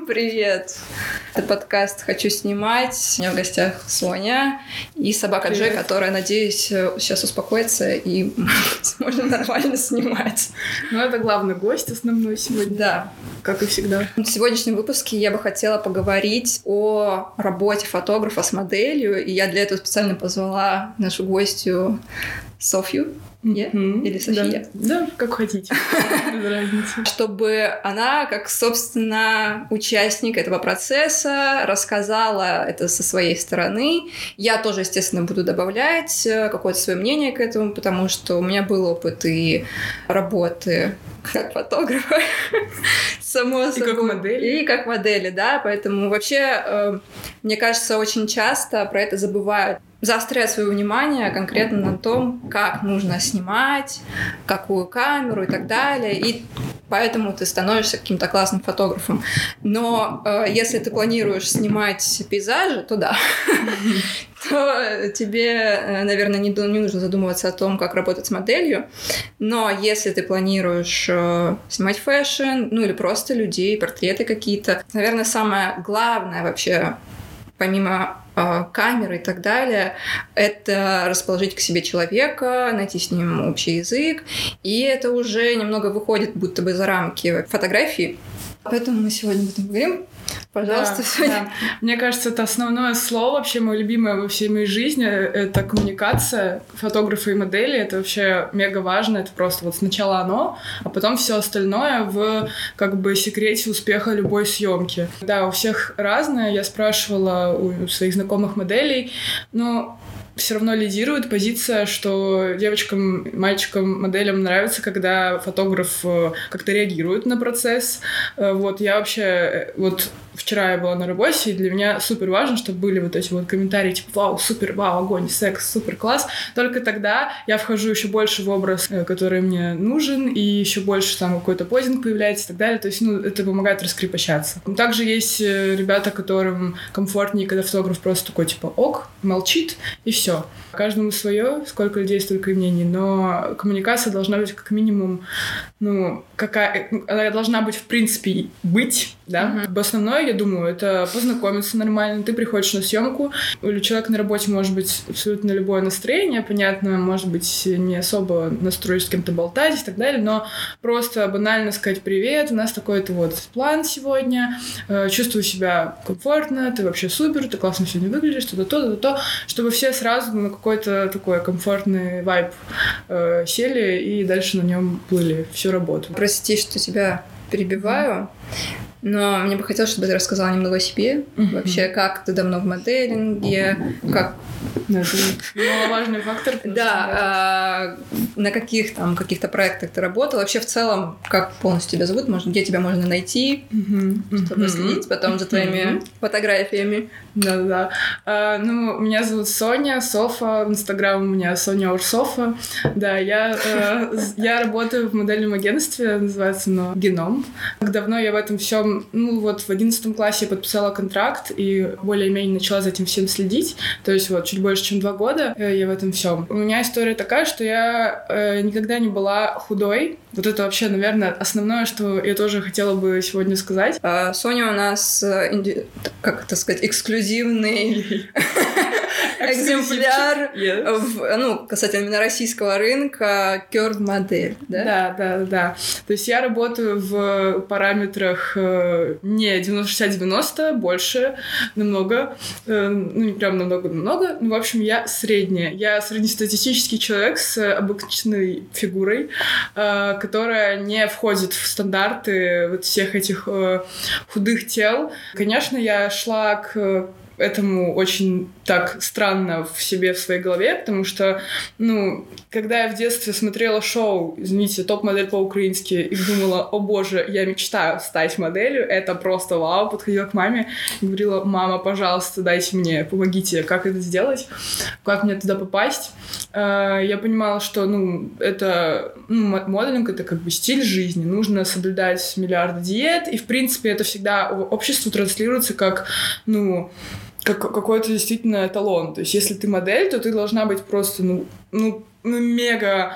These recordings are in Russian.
Привет! Это подкаст «Хочу снимать». У меня в гостях Соня и собака Джей, которая, надеюсь, сейчас успокоится и сможет нормально снимать. Ну, это главный гость основной сегодня. Да. Как и всегда. В сегодняшнем выпуске я бы хотела поговорить о работе фотографа с моделью, и я для этого специально позвала нашу гостью Софью. Или София? Да, как хотите. Без разницы. Чтобы она, как, собственно, участник этого процесса, рассказала это со своей стороны. Я тоже, естественно, буду добавлять какое-то свое мнение к этому, потому что у меня был опыт и работы как фотографа, само собой. И как модели. И как модели, да. Поэтому вообще, мне кажется, очень часто про это забывают. Заостряют свое внимание конкретно на том, как нужно снимать, какую камеру и так далее. И поэтому ты становишься каким-то классным фотографом. Но если ты планируешь снимать пейзажи, то да. То тебе, наверное, не нужно задумываться о том, как работать с моделью. Но если ты планируешь снимать фэшн, ну или просто людей, портреты какие-то, наверное, самое главное вообще, помимо камеры и так далее, это расположить к себе человека, найти с ним общий язык, и это уже немного выходит будто бы за рамки фотографии. Поэтому мы сегодня об этом говорим. Пожалуйста, Соня. Да. Мне кажется, это основное слово, вообще мое любимое во всей моей жизни, это коммуникация фотографа и модели. Это вообще мега важно. Это просто вот сначала оно, а потом все остальное в как бы секрете успеха любой съемки. Да, у всех разное. Я спрашивала у своих знакомых моделей, но все равно лидирует позиция, что девочкам, мальчикам, моделям нравится, когда фотограф как-то реагирует на процесс. Вот я вообще... Вот вчера я была на работе, и для меня супер важно, чтобы были вот эти вот комментарии, типа «Вау, супер, вау, огонь, секс, супер, класс». Только тогда я вхожу еще больше в образ, который мне нужен, и еще больше там какой-то позинг появляется и так далее. То есть, это помогает раскрепощаться. Также есть ребята, которым комфортнее, когда фотограф просто такой, типа «Ок», молчит, и все. Каждому свое, сколько людей, столько и мнений, но коммуникация должна быть как минимум, она должна быть в принципе да. Основное, я думаю, это познакомиться нормально. Ты приходишь на съемку, у человека на работе может быть абсолютно любое настроение, понятно, может быть, не особо настроишь с кем-то болтать и так далее, но просто банально сказать «Привет, у нас такой-то вот план сегодня, чувствую себя комфортно, ты вообще супер, ты классно сегодня выглядишь, то, чтобы все сразу на какой-то такой комфортный вайб сели и дальше на нем плыли всю работу. Прости, что тебя перебиваю. Но мне бы хотелось, чтобы ты рассказала немного о себе. Вообще, как ты давно в моделинге, как... Это немаловажный фактор. Да, на каких там каких-то проектах ты работала. Вообще, в целом, как полностью тебя зовут, где тебя можно найти, чтобы следить потом за твоими фотографиями. Да. Меня зовут Соня, Софа. В Инстаграм у меня Соня Урсофа. Да, я работаю в модельном агентстве, называется оно «Геном». Давно я в этом всем... в 11 классе я подписала контракт и более-менее начала за этим всем следить. То есть чуть больше, чем 2 года я в этом всем. У меня история такая, что я никогда не была худой. Вот это вообще, наверное, основное, что я тоже хотела бы сегодня сказать. Соня у нас, как это сказать, эксклюзивный экземпляр, касательно именно российского рынка, curve-модель, да? Да. То есть я работаю в параметрах не 90-60-90, больше, намного, не прям намного, в общем, я средняя. Я среднестатистический человек с обычной фигурой, которая не входит в стандарты вот всех этих худых тел. Конечно, я шла к этому очень так странно в себе, в своей голове, потому что, когда я в детстве смотрела шоу, извините, топ-модель по-украински, и думала, о боже, я мечтаю стать моделью, это просто вау, подходила к маме и говорила: мама, пожалуйста, дайте мне, помогите, как это сделать, как мне туда попасть. Я понимала, что, это, моделинг — это как бы стиль жизни, нужно соблюдать миллиарды диет, и, в принципе, это всегда обществу транслируется как, как какой-то действительно эталон. То есть, если ты модель, то ты должна быть просто, мега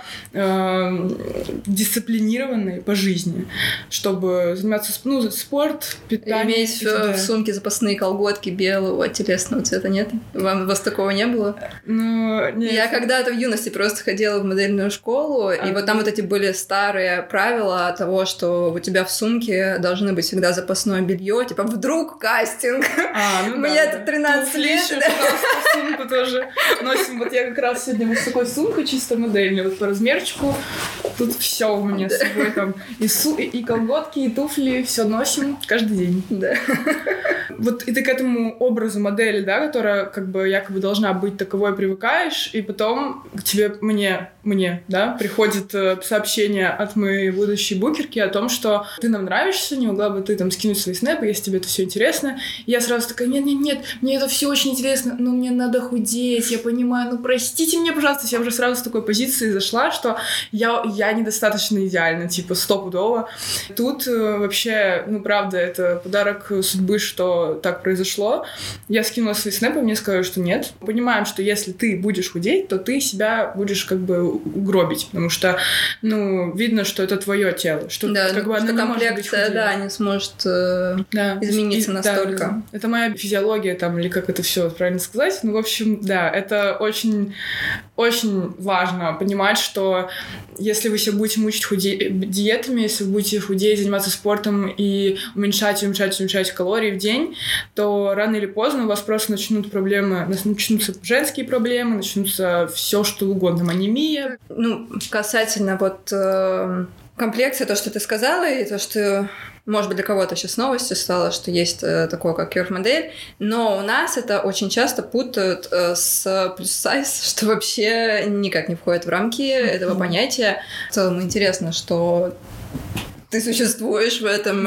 дисциплинированной по жизни, чтобы заниматься спорт, питание. Иметь в сумке запасные колготки белого телесного цвета, нет? Вам у вас такого не было? Нет. Я когда-то в юности просто ходила в модельную школу, и вот там вот эти были старые правила того, что у тебя в сумке должны быть всегда запасное белье, типа вдруг кастинг. Мне 13 лет. Сумку тоже носим. Вот я как раз сегодня вот с такой сумкой чисто модельной, вот по размерчику. Тут все у меня с собой там и колготки, и туфли, все носим каждый день. Да. Вот и ты к этому образу модели, да, которая как бы якобы должна быть таковой, привыкаешь, и потом к тебе, мне, да, приходит сообщение от моей будущей букерки о том, что ты нам нравишься, не могла бы ты там скинуть свои снэпы, если тебе это все интересно. И я сразу такая, нет, мне это все очень интересно, но мне надо худеть, я понимаю, простите меня, пожалуйста. Я уже сразу с такой позиции зашла, что я недостаточно идеальна, типа, стопудово. Тут вообще, правда, это подарок судьбы, что так произошло. Я скинула свои снэпы, мне сказали, что нет. Понимаем, что если ты будешь худеть, то ты себя будешь как бы гробить, потому что, видно, что это твое тело, что как бы она не может быть худее. Не сможет измениться настолько. Да. Это моя физиология там, или как это все правильно сказать. В общем, да, это очень, очень важно понимать, что если вы себя будете мучить диетами, если вы будете худеть, заниматься спортом и уменьшать калории в день, то рано или поздно у вас просто начнутся женские проблемы, начнутся все что угодно, анемия. Касательно комплекции, то, что ты сказала, и то, что, может быть, для кого-то сейчас новостью стало, что есть такое, как curve-модель, но у нас это очень часто путают с плюс-сайз, что вообще никак не входит в рамки этого понятия. В целом интересно, что ты существуешь в этом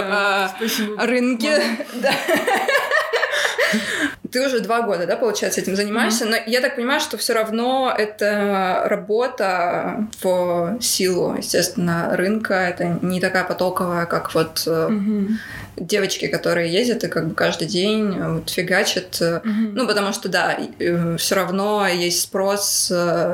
рынке. Ты уже 2 года, да, получается, этим занимаешься, но я так понимаю, что все равно это работа в силу, естественно, рынка, это не такая потоковая, как девочки, которые ездят и как бы каждый день фигачат, потому что, да, все равно есть спрос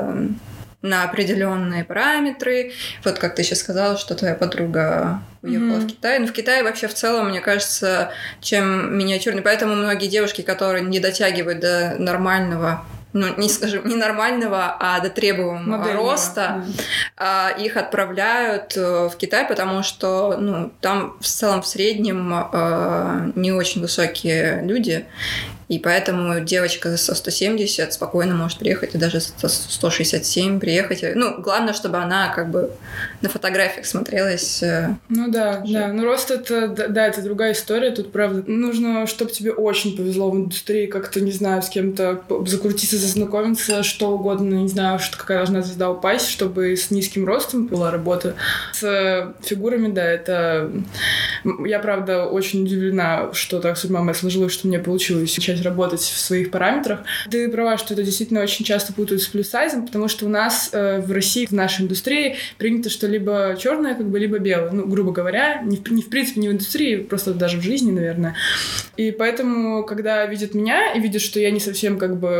на определенные параметры. Вот как ты сейчас сказала, что твоя подруга уехала в Китай. Но в Китае вообще в целом, мне кажется, чем миниатюрнее. Поэтому многие девушки, которые не дотягивают до нормального, не нормального, а до требуемого модельного роста, их отправляют в Китай, потому что там в целом в среднем не очень высокие люди, и поэтому девочка за 170 спокойно может приехать, и даже за 167 приехать. Главное, чтобы она как бы на фотографиях смотрелась. Рост это другая история. Тут, правда, нужно, чтобы тебе очень повезло в индустрии, как-то, не знаю, с кем-то закрутиться, зазнакомиться, что угодно, не знаю, какая должна звезда упасть, чтобы с низким ростом была работа. С фигурами, да, это... Я, правда, очень удивлена, что так судьба моя сложилась, что мне получилось начать работать в своих параметрах. Ты права, что это действительно очень часто путают с плюс-сайзом, потому что у нас в России, в нашей индустрии принято, что либо черное, либо белое. Грубо говоря, не в принципе, не в индустрии, просто даже в жизни, наверное. И поэтому, когда видят меня и видят, что я не совсем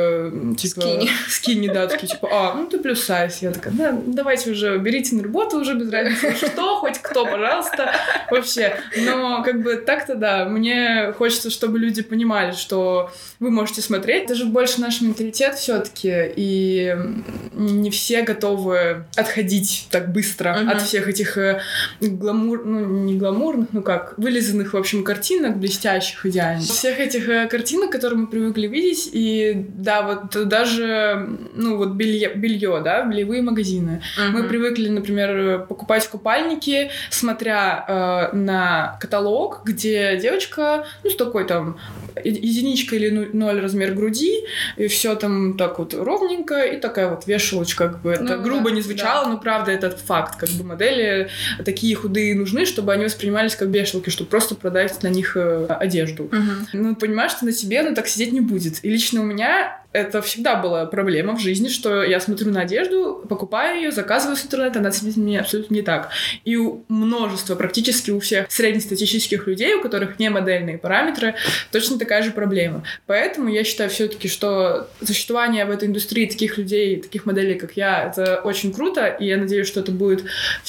скини, да, такие, ты плюс-сайз. Я такая, давайте уже берите на работу уже без разницы, что, хоть кто, пожалуйста, вообще. Но так-то, да, мне хочется, чтобы люди понимали, что вы можете смотреть. Это же больше наш менталитет все-таки, и не все готовы отходить так быстро от всех этих не гламурных, вылизанных, в общем, картинок, блестящих, идеальных. Всех этих картинок, которые мы привыкли видеть, и да, даже, белье, да, бельевые магазины. Мы привыкли, например, покупать купальники, смотря на каталог, где девочка, с такой там единичка или 0 размер груди, и все там так ровненько, и такая вешалочка, это грубо не звучало, но правда это факт, модели такие худые нужны, чтобы они воспринимались как вешалки, чтобы просто продать на них одежду. Понимаешь, что на тебе так сидеть не будет. И лично у меня это всегда была проблема в жизни, что я смотрю на одежду, покупаю ее, заказываю с интернета, она сидит мне абсолютно не так. И у множества, практически у всех среднестатистических людей, у которых не модельные параметры, точно такая же проблема. Поэтому я считаю все-таки, что существование в этой индустрии таких людей, таких моделей, как я, это очень круто, и я надеюсь, что это будет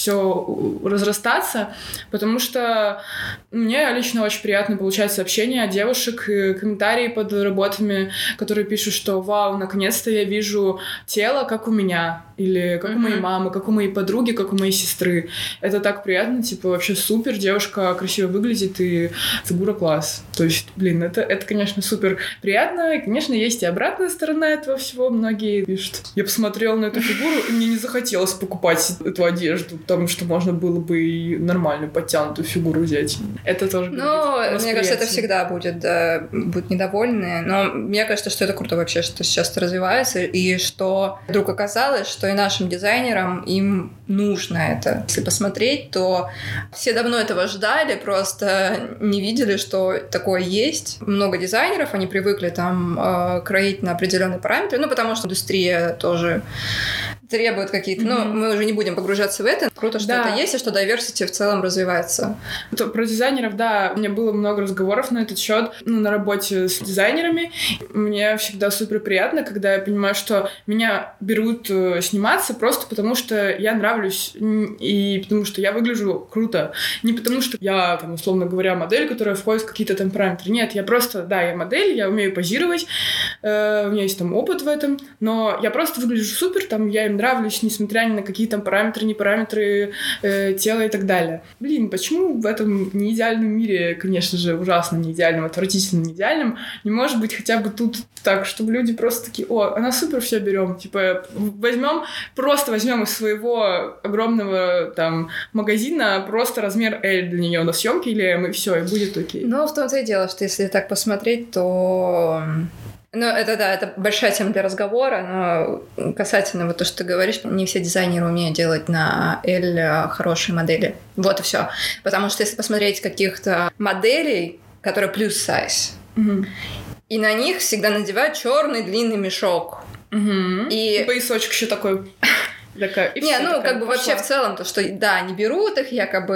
все разрастаться, потому что мне лично очень приятно получать сообщения от девушек, комментарии под работами, которые пишут, что вау, наконец-то я вижу тело, как у меня, или как у моей мамы, как у моей подруги, как у моей сестры. Это так приятно, типа, вообще супер, девушка красиво выглядит, и фигура класс. То есть, блин, это, конечно, супер приятно, и, конечно, есть и обратная сторона этого всего. Многие пишут, я посмотрела на эту фигуру, и мне не захотелось покупать эту одежду, потому что можно было бы и нормальную, подтянутую фигуру взять. Это тоже... Ну, мне кажется, это всегда будет, да, будут недовольны, но мне кажется, что это круто вообще, что сейчас это развивается, и что вдруг оказалось, что и нашим дизайнерам им нужно это. Если посмотреть, то все давно этого ждали, просто не видели, что такое есть. Много дизайнеров, они привыкли там кроить на определенные параметры, ну, потому что индустрия тоже требует какие-то... Ну, мы уже не будем погружаться в это. Круто, что это есть, и что diversity в целом развивается. Про дизайнеров, да, у меня было много разговоров на этот счет, на работе с дизайнерами. Мне всегда супер приятно, когда я понимаю, что меня берут сниматься просто потому, что я нравлюсь и потому, что я выгляжу круто. Не потому, что я, там, условно говоря, модель, которая входит в какие-то там параметры. Нет, я просто, да, я модель, я умею позировать, у меня есть там опыт в этом, но я просто выгляжу супер, там, я им нравлюсь, несмотря ни на какие там параметры, не параметры тела и так далее. Блин, почему в этом неидеальном мире, конечно же, ужасно неидеальном, отвратительно неидеальном, не может быть хотя бы тут так, чтобы люди просто такие, о, она супер, все берем, типа, просто возьмем из своего огромного там магазина просто размер L для нее на съемке или M, и все, и будет окей. Ну, в том-то и дело, что если так посмотреть, то... Ну, это да, это большая тема для разговора, но касательно вот то, что ты говоришь, не все дизайнеры умеют делать на L хорошие модели. Вот и все. Потому что если посмотреть каких-то моделей, которые плюс сайз, и на них всегда надевают черный длинный мешок. И поясочек еще такой. Не, ну, как бы вообще в целом, то, что, да, не берут их якобы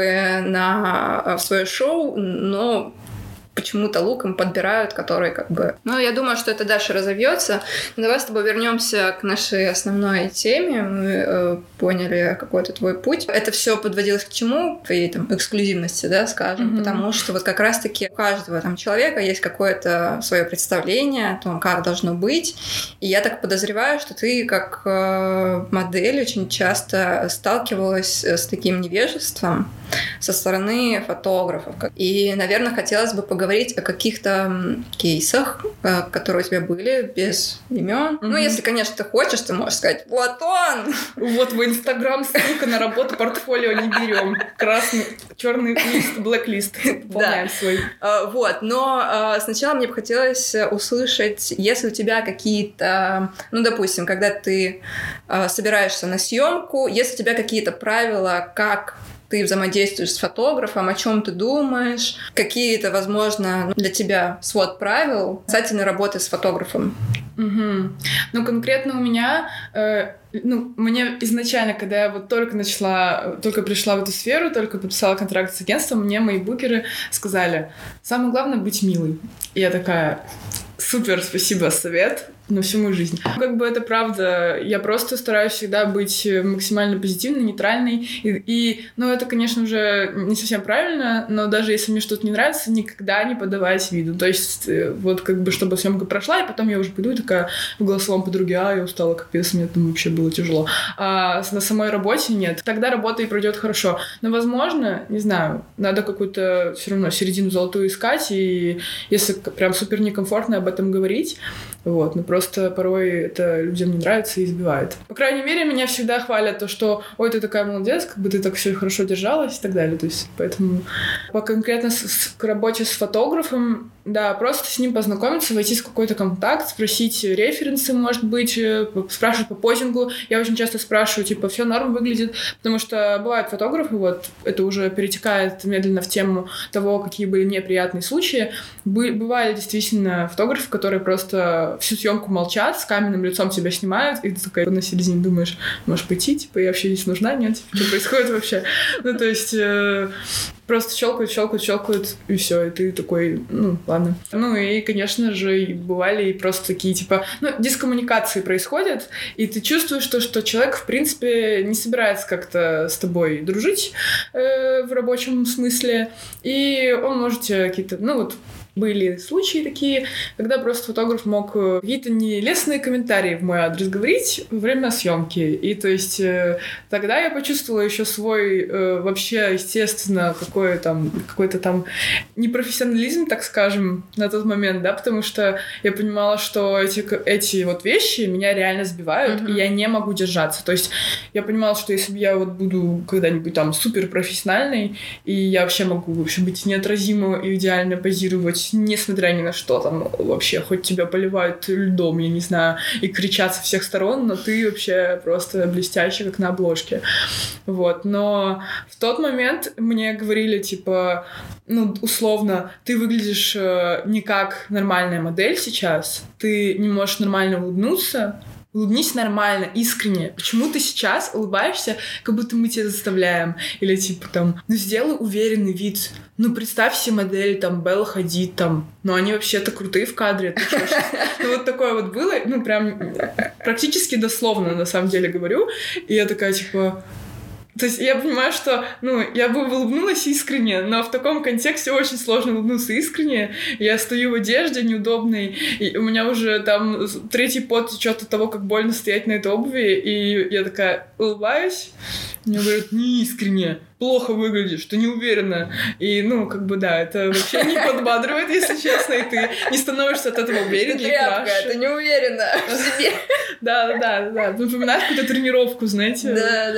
в свое шоу, но почему-то лук им подбирают, который как бы... Ну, я думаю, что это дальше разовьется. Давай с тобой вернемся к нашей основной теме. Мы поняли какой-то твой путь. Это все подводилось к чему? Твоей там эксклюзивности, да, скажем. Потому что вот как раз-таки у каждого там человека есть какое-то свое представление о том, как должно быть. И я так подозреваю, что ты как модель очень часто сталкивалась с таким невежеством со стороны фотографов. И, наверное, хотелось бы поговорить о каких-то кейсах, которые у тебя были, без имен. Ну, если, конечно, ты хочешь, ты можешь сказать, вот он! Вот в Инстаграм ссылка на работу, портфолио не берем. Красный, черный лист, блэк-лист. Пополняем свой. Вот, но сначала мне бы хотелось услышать, если у тебя какие-то, ну, допустим, когда ты собираешься на съемку, если у тебя какие-то правила, как ты взаимодействуешь с фотографом, о чем ты думаешь, какие-то, возможно, для тебя свод правил касательно работы с фотографом. Ну, конкретно у меня, мне изначально, когда я вот только пришла в эту сферу, только подписала контракт с агентством, мне мои букеры сказали, самое главное — быть милой. И я такая, супер, спасибо, совет на всю мою жизнь. Как бы это правда, я просто стараюсь всегда быть максимально позитивной, нейтральной. Ну, это, конечно, уже не совсем правильно, но даже если мне что-то не нравится, никогда не подавать виду. То есть, вот как бы, чтобы съемка прошла, и потом я уже пойду и такая в голосовом подруге, я устала, капец, мне там вообще было тяжело. А на самой работе нет. Тогда работа и пройдет хорошо. Но, возможно, не знаю, надо какую-то все равно середину золотую искать, и если прям супер некомфортно об этом говорить, вот, но просто порой это людям не нравится и избивает. По крайней мере, меня всегда хвалят то, что ой, ты такая молодец, как бы ты так все хорошо держалась и так далее. То есть, поэтому конкретно к работе с фотографом, да, просто с ним познакомиться, войти в какой-то контакт, спросить референсы, может быть, спрашивать по позингу. Я очень часто спрашиваю, типа, все норм выглядит, потому что бывают фотографы, вот, это уже перетекает медленно в тему того, какие были неприятные случаи. Бывали действительно фотографы, которые просто всю съемку молчат, с каменным лицом тебя снимают, и ты такая на середине думаешь, можешь пойти, типа, я вообще здесь нужна, нет? Типа, что происходит вообще? Ну, то есть... Просто щелкают, и все, и ты такой, ну, ладно. Ну, и, конечно же, бывали и просто такие, типа, ну, дискоммуникации происходят, и ты чувствуешь, что человек, в принципе, не собирается как-то с тобой дружить в рабочем смысле, и он может тебе какие-то, ну, вот, были случаи такие, когда просто фотограф мог какие-то нелестные комментарии в мой адрес говорить во время съемки. И то есть тогда я почувствовала еще свой вообще, естественно, какой-то там непрофессионализм, так скажем, на тот момент, да, потому что я понимала, что эти вот вещи меня реально сбивают, и я не могу держаться. То есть я понимала, что если бы я вот буду когда-нибудь там суперпрофессиональной, и я вообще могу вообще быть неотразимо и идеально позировать, несмотря ни на что, там вообще, хоть тебя поливают льдом, я не знаю, и кричат со всех сторон, но ты вообще просто блестящий, как на обложке. Вот. Но в тот момент мне говорили, типа, ну, условно, ты выглядишь не как нормальная модель сейчас, ты не можешь нормально улыбнуться, улыбнись нормально, искренне. Почему ты сейчас улыбаешься, как будто мы тебя заставляем? Или типа там, ну сделай уверенный вид. Ну представь себе модели, там, Белла Хадид, там, ну они вообще-то крутые в кадре. Ты чё, сейчас? Ну вот такое вот было, ну прям практически дословно, на самом деле, говорю. И я такая, типа... То есть я понимаю, что, ну, я бы улыбнулась искренне, но в таком контексте очень сложно улыбнуться искренне. Я стою в одежде неудобной, и у меня уже там третий пот течет от того, как больно стоять на этой обуви, и я такая улыбаюсь. Мне говорят, не искренне, плохо выглядишь, ты не уверена. И, ну, как бы, да, это вообще не подбадривает, если честно, и ты не становишься от этого увереннее. Ты тряпка, ты не уверена в себе. Да. Напоминаешь какую-то тренировку, знаете,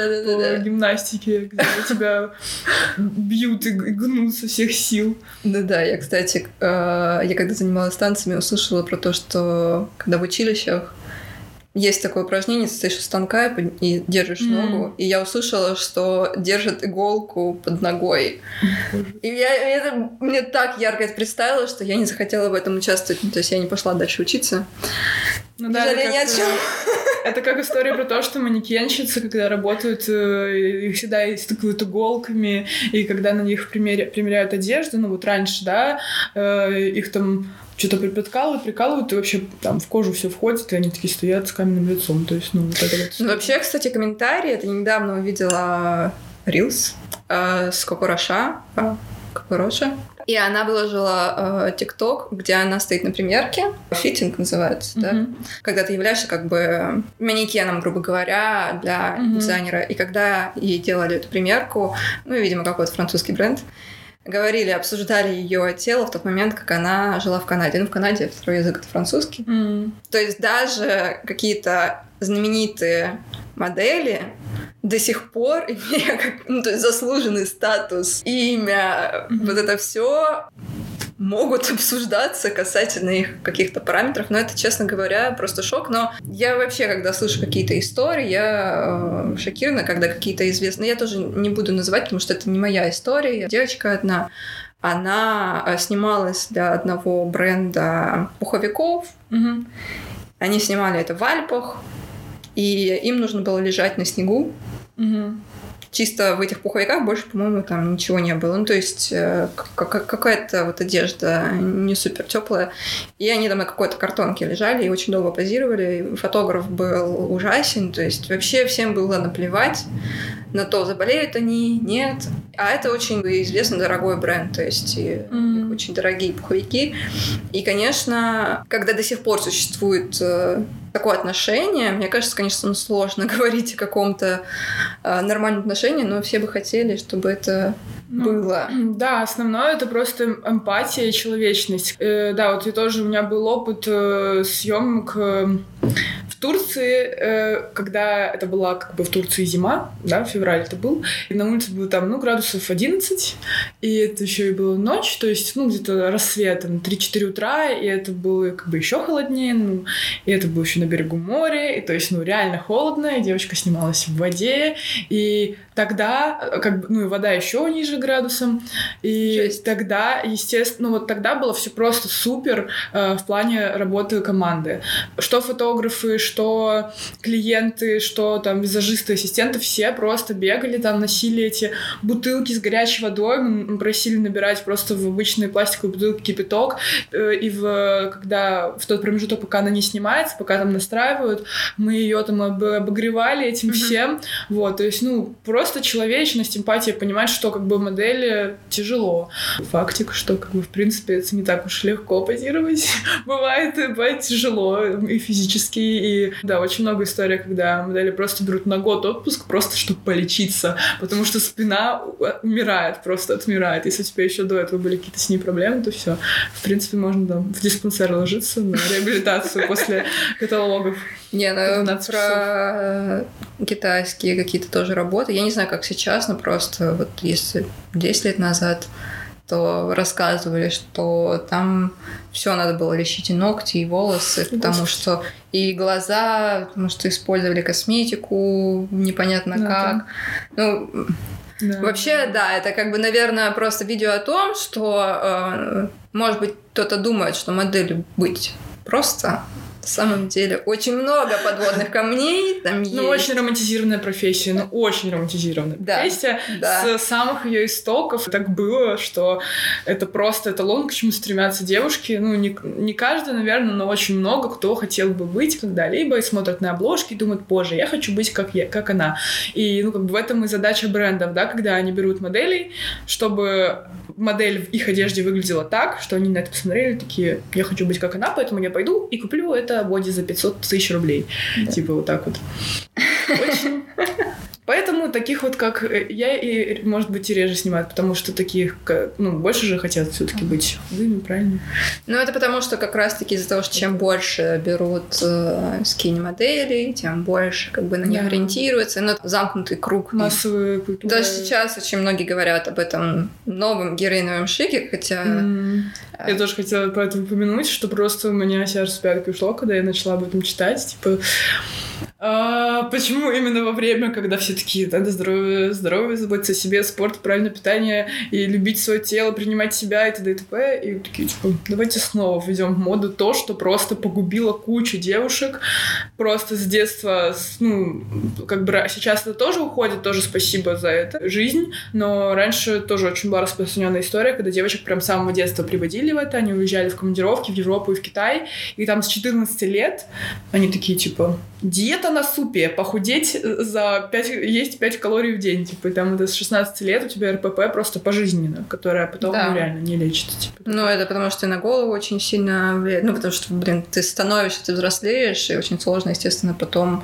по гимнастике, где тебя бьют и гнут со всех сил. Да, я, кстати, я когда занималась танцами, услышала про то, что когда в училищах есть такое упражнение, ты стоишь у станка и держишь ногу, и я услышала, что держат иголку под ногой. И мне так ярко это представило, что я не захотела в этом участвовать, то есть я не пошла дальше учиться. Ну да, это как история про то, что манекенщицы, когда работают, их всегда истыкают иголками, и когда на них примеряют одежду, ну вот раньше, да, их там что-то прикалывают, и вообще там в кожу все входит, и они такие стоят с каменным лицом. То есть, ну, вот это вот. Ну, вообще, кстати, комментарии. Это недавно увидела Reels с Кокороша. И она выложила ТикТок, где она стоит на примерке. Фитинг называется, да? Когда ты являешься как бы манекеном, грубо говоря, для дизайнера. И когда ей делали эту примерку, ну, видимо, какой-то французский бренд, обсуждали ее тело в тот момент, как она жила в Канаде. Ну, в Канаде второй язык — это французский. То есть даже какие-то знаменитые модели до сих пор, имея то есть заслуженный статус, имя, вот это все могут обсуждаться касательно их каких-то параметров, но это, честно говоря, просто шок. Но я вообще, когда слышу какие-то истории, я шокирована, когда какие-то известные... Я тоже не буду называть, потому что это не моя история. Девочка одна, она снималась для одного бренда пуховиков. Они снимали это в Альпах, и им нужно было лежать на снегу. Чисто в этих пуховиках больше, по-моему, там ничего не было. Ну, то есть какая-то вот одежда не супер теплая. И они там на какой-то картонке лежали и очень долго позировали. И фотограф был ужасен. То есть вообще всем было наплевать на то, заболеют они, нет. А это очень известный дорогой бренд. То есть у них очень дорогие пуховики. И, конечно, когда до сих пор существует такое отношение, мне кажется, конечно, сложно говорить о каком-то нормальном отношении, но все бы хотели, чтобы это было. Да, основное — это просто эмпатия и человечность. Да, вот у меня был опыт съемок в Турции, когда это была как бы в Турции зима, да, февраль это был, и на улице было там, градусов 11, и это еще и была ночь, то есть, где-то рассвет, 3-4 утра, и это было как бы еще холоднее, и это было еще на берегу моря, и то есть, реально холодно, и девочка снималась в воде, и тогда, как бы, ну, и вода еще ниже градусом, и Жесть. тогда, естественно, ну, вот тогда было все просто супер в плане работы команды. Что фотографы, что клиенты, что там визажисты, ассистенты, все просто бегали, там носили эти бутылки с горячей водой, мы просили набирать просто в обычные пластиковые бутылки кипяток, и когда в тот промежуток, пока она не снимается, пока там настраивают, мы ее там обогревали этим всем, вот, то есть, ну, просто человечность, эмпатия, понимать, что как бы модели тяжело. Фактик, что как бы в принципе это не так уж легко позировать. Бывает тяжело и физически, и да, очень много историй, когда модели просто берут на год отпуск, просто чтобы полечиться, потому что спина умирает, просто отмирает. Если у тебя еще до этого были какие-то с ней проблемы, то все. В принципе, можно там в диспансер ложиться на реабилитацию после каталогов. Не, ну про китайские какие-то тоже работы. Я не знаю, как сейчас, но просто вот если 10 лет назад, то рассказывали, что там все надо было лечить, и ногти, и волосы, потому что и глаза, потому что использовали косметику непонятно как. Ну, вообще, да, это как бы, наверное, просто видео о том, что, может быть, кто-то думает, что моделью быть просто. На самом деле очень много подводных камней там есть. Ну, очень романтизированная профессия, очень романтизированная профессия. С самых ее истоков так было, что это просто эталон, к чему стремятся девушки. Ну, не каждая, наверное, но очень много кто хотел бы быть когда-либо и смотрят на обложки и думают, боже, я хочу быть как она. И, ну, как бы в этом и задача брендов, да, когда они берут моделей, чтобы модель в их одежде выглядела так, что они на это посмотрели, такие, я хочу быть как она, поэтому я пойду и куплю это боди за 500 тысяч рублей. Да. Типа вот так вот. Очень. Поэтому таких вот, как я, и, может быть, и реже снимают, потому что таких, ну, больше же хотят все-таки быть худыми, правильно? Ну, это потому что как раз-таки из-за того, что чем больше берут скини-моделей, тем больше как бы на них ориентируются. Ну, это замкнутый круг. Массовая культура. Даже сейчас очень многие говорят об этом новом героиновом шике, хотя... Я тоже хотела про это упомянуть, что просто у меня сердце с пятки ушло, когда я начала об этом читать. Типа, почему именно во время, когда все такие, надо здоровье, заботиться о себе, спорт, правильное питание и любить свое тело, принимать себя и т.д. и т.п. И такие, типа, давайте снова введем в моду то, что просто погубило кучу девушек просто с детства. Ну, как бы сейчас это тоже уходит, тоже спасибо за это, жизнь, но раньше тоже очень была распространенная история, когда девочек прям с самого детства приводили в это, они уезжали в командировки в Европу и в Китай, и там с 14 лет они такие, типа, диета на супе, похудеть есть 5 калорий в день, типа, и там это с 16 лет у тебя РПП просто пожизненно, которая потом реально не лечится, типа. Ну, это потому что и на голову очень сильно влияет, ну, потому что, блин, ты становишься, ты взрослеешь, и очень сложно, естественно, потом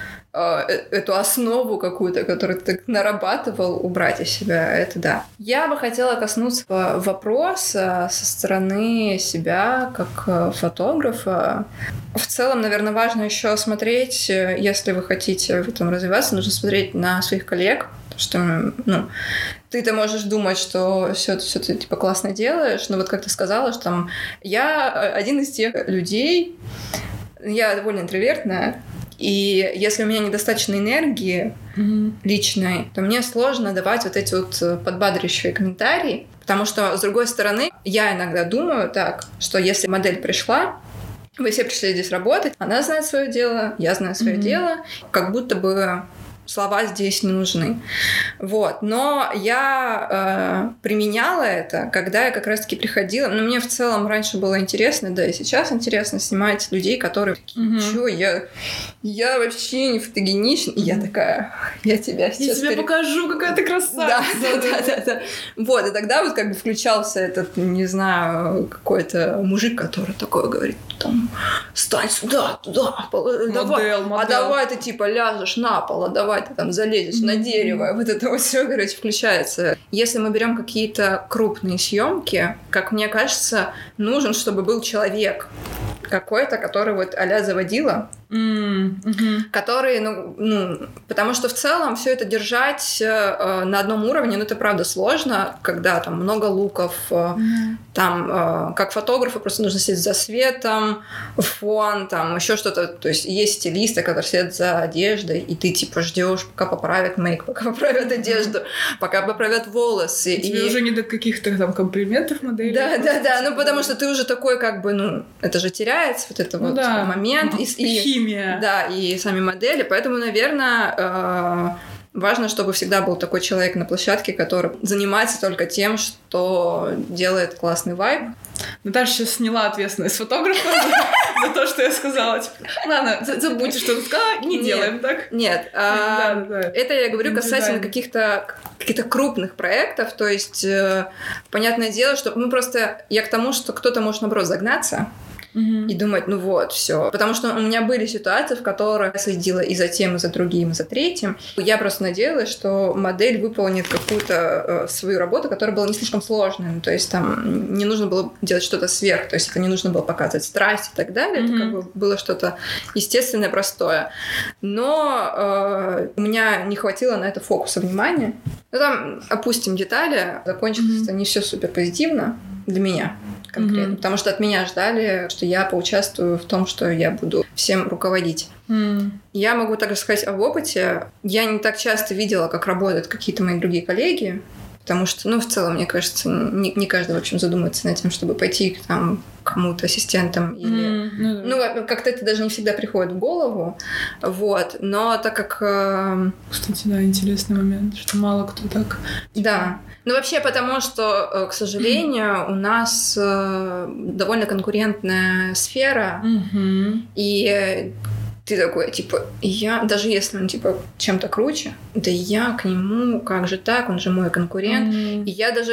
эту основу какую-то, которую ты так нарабатывал, убрать из себя, это да. Я бы хотела коснуться вопроса со стороны себя как фотографа. В целом, наверное, важно еще смотреть, если вы хотите в этом развиваться, нужно смотреть на своих коллег, потому что, ну, ты-то можешь думать, что все ты типа классно делаешь, но вот как ты сказала, что там я один из тех людей, я довольно интровертная, и если у меня недостаточно энергии личной, то мне сложно давать вот эти вот подбадривающие комментарии, потому что, с другой стороны, я иногда думаю так, что если модель пришла, вы все пришли здесь работать, она знает свое дело, я знаю свое дело, как будто бы слова здесь не нужны. Вот. Но я применяла это, когда я как раз-таки приходила. Но мне в целом раньше было интересно, да и сейчас интересно снимать людей, которые такие, чё, я вообще не фотогенична. И я такая, я тебя сейчас... Я тебе покажу, какая ты красавица. Да. Вот, и тогда вот как бы включался этот, не знаю, какой-то мужик, который такой говорит, там, стань сюда, туда, давай, а давай ты типа ляжешь на пол, а давай ты там залезешь на дерево, вот это вот все, короче, включается. Если мы берем какие-то крупные съемки, как мне кажется, нужен, чтобы был человек какой-то, который вот а-ля заводила, которые, потому что в целом все это держать на одном уровне, это правда сложно, когда там много луков, там как фотографу просто нужно сидеть за светом, фон, там еще что-то, то есть есть стилисты, которые сидят за одеждой, и ты типа ждешь, пока поправят мейк, пока поправят одежду, пока поправят волосы. Тебе уже не до каких-то там комплиментов модели. Да, потому что ты уже такой как бы, это же теряется вот этот момент. Химия. Да, и сами модели, поэтому, наверное, важно, чтобы всегда был такой человек на площадке, который занимается только тем, что делает классный вайб. Наташа сейчас сняла ответственность фотографа за то, что я сказала. Ладно, забудьте, что ты сказала, не делаем так. Нет, это я говорю касательно каких-то крупных проектов, то есть понятное дело, что я к тому, что кто-то может, наоборот, загнаться, и думать, все. Потому что у меня были ситуации, в которых я следила и за тем, и за другим, и за третьим. Я просто надеялась, что модель выполнит какую-то свою работу, которая была не слишком сложной. То есть там не нужно было делать что-то сверх, то есть это не нужно было показывать страсть и так далее. Это как бы было что-то естественное, простое. Но у меня не хватило на это фокуса внимания. Там опустим детали. Закончилось это не все супер позитивно для меня конкретно, потому что от меня ждали, что я поучаствую в том, что я буду всем руководить. Я могу также сказать об опыте. Я не так часто видела, как работают какие-то мои другие коллеги, потому что, в целом, мне кажется, не каждый, в общем, задумается над тем, чтобы пойти к кому-то ассистентом или... как-то это даже не всегда приходит в голову, но так как... Кстати, да, интересный момент, что мало кто так... Да. Вообще потому, что, к сожалению, у нас довольно конкурентная сфера, и ты такой, даже если он, чем-то круче, да я к нему, как же так, он же мой конкурент. И я даже,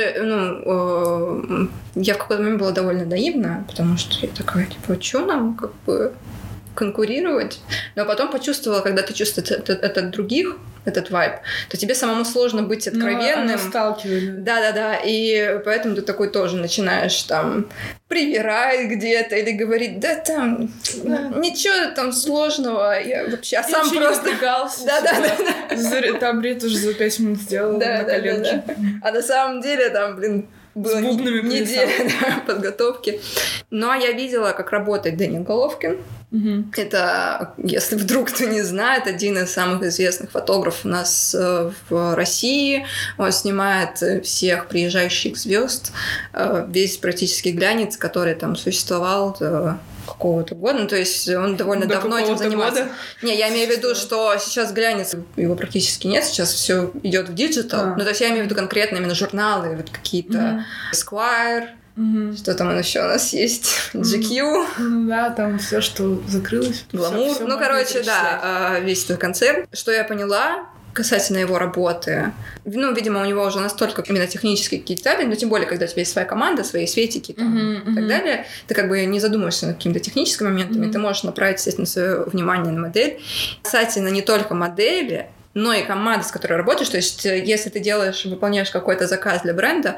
я в какой-то момент была довольно наивна, потому что я такая, что нам, конкурировать? Но потом почувствовала, когда ты чувствуешь это от других, этот вайб, то тебе самому сложно быть откровенным. Сталкивает. Да, и поэтому ты такой тоже начинаешь привирать где-то или говорить, ничего там сложного, я вообще сам просто... не напрягался. Да. Там Рит уже за 5 минут сделала на коленке. Да. А на самом деле там, было неделя подготовки. Но я видела, как работает Дэниел Головкин. Это, если вдруг кто не знает, один из самых известных фотографов у нас в России. Он снимает всех приезжающих звезд, весь практически глянец, который там существовал какого-то года. То есть он довольно давно этим занимается. Не, я имею в виду, что сейчас глянец, его практически нет, сейчас все идет в диджитал. То есть я имею в виду конкретно именно журналы, какие-то Esquire. Что там еще у нас есть? GQ. Да, там все, что закрылось. Гламур. Весь этот концерт. Что я поняла касательно его работы. Видимо, у него уже настолько именно технические какие-то детали, но тем более, когда у тебя есть своя команда, свои светики и так далее, ты не задумываешься над какими-то техническими моментами, ты можешь направить, естественно, свое внимание на модель. Касательно не только модели, но и команда, с которой работаешь. То есть, если ты выполняешь какой-то заказ для бренда,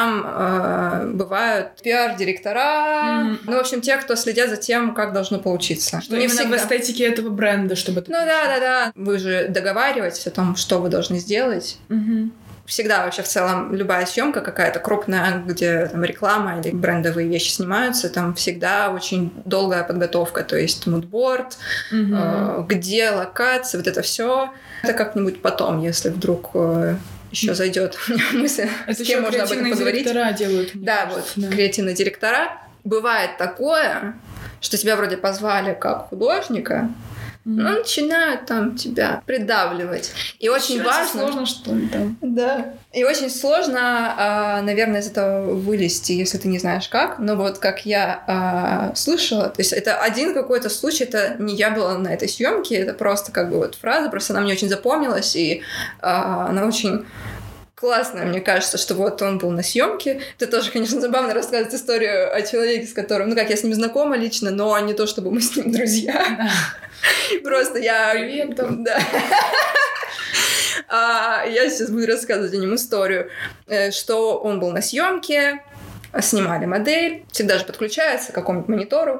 там бывают пиар-директора, в общем, те, кто следят за тем, как должно получиться. Что именно в эстетике этого бренда, чтобы это... Да. Вы же договариваетесь о том, что вы должны сделать. Всегда вообще в целом любая съемка какая-то крупная, где там реклама или брендовые вещи снимаются, там всегда очень долгая подготовка, то есть мудборд, где локация, это все. Это как-нибудь потом, если вдруг еще зайдет мысль, с кем можно об этом поговорить. Директора делают. Да, креативные директора. Бывает такое, что тебя вроде позвали как художника, но начинают там тебя придавливать. И очень важно... сложно, что ли, там. Да. И очень сложно, наверное, из этого вылезти, если ты не знаешь как. Но как я слышала, то есть это один какой-то случай, это не я была на этой съемке, это просто фраза, просто она мне очень запомнилась, и она очень... классно, мне кажется, что он был на съемке. Это тоже, конечно, забавно рассказывать историю о человеке, с которым, я с ним знакома лично, но не то, чтобы мы с ним друзья. Просто я... Привет, там. Да. Я сейчас буду рассказывать о нем историю, что он был на съемке, снимали модель, всегда же подключается к какому-нибудь монитору,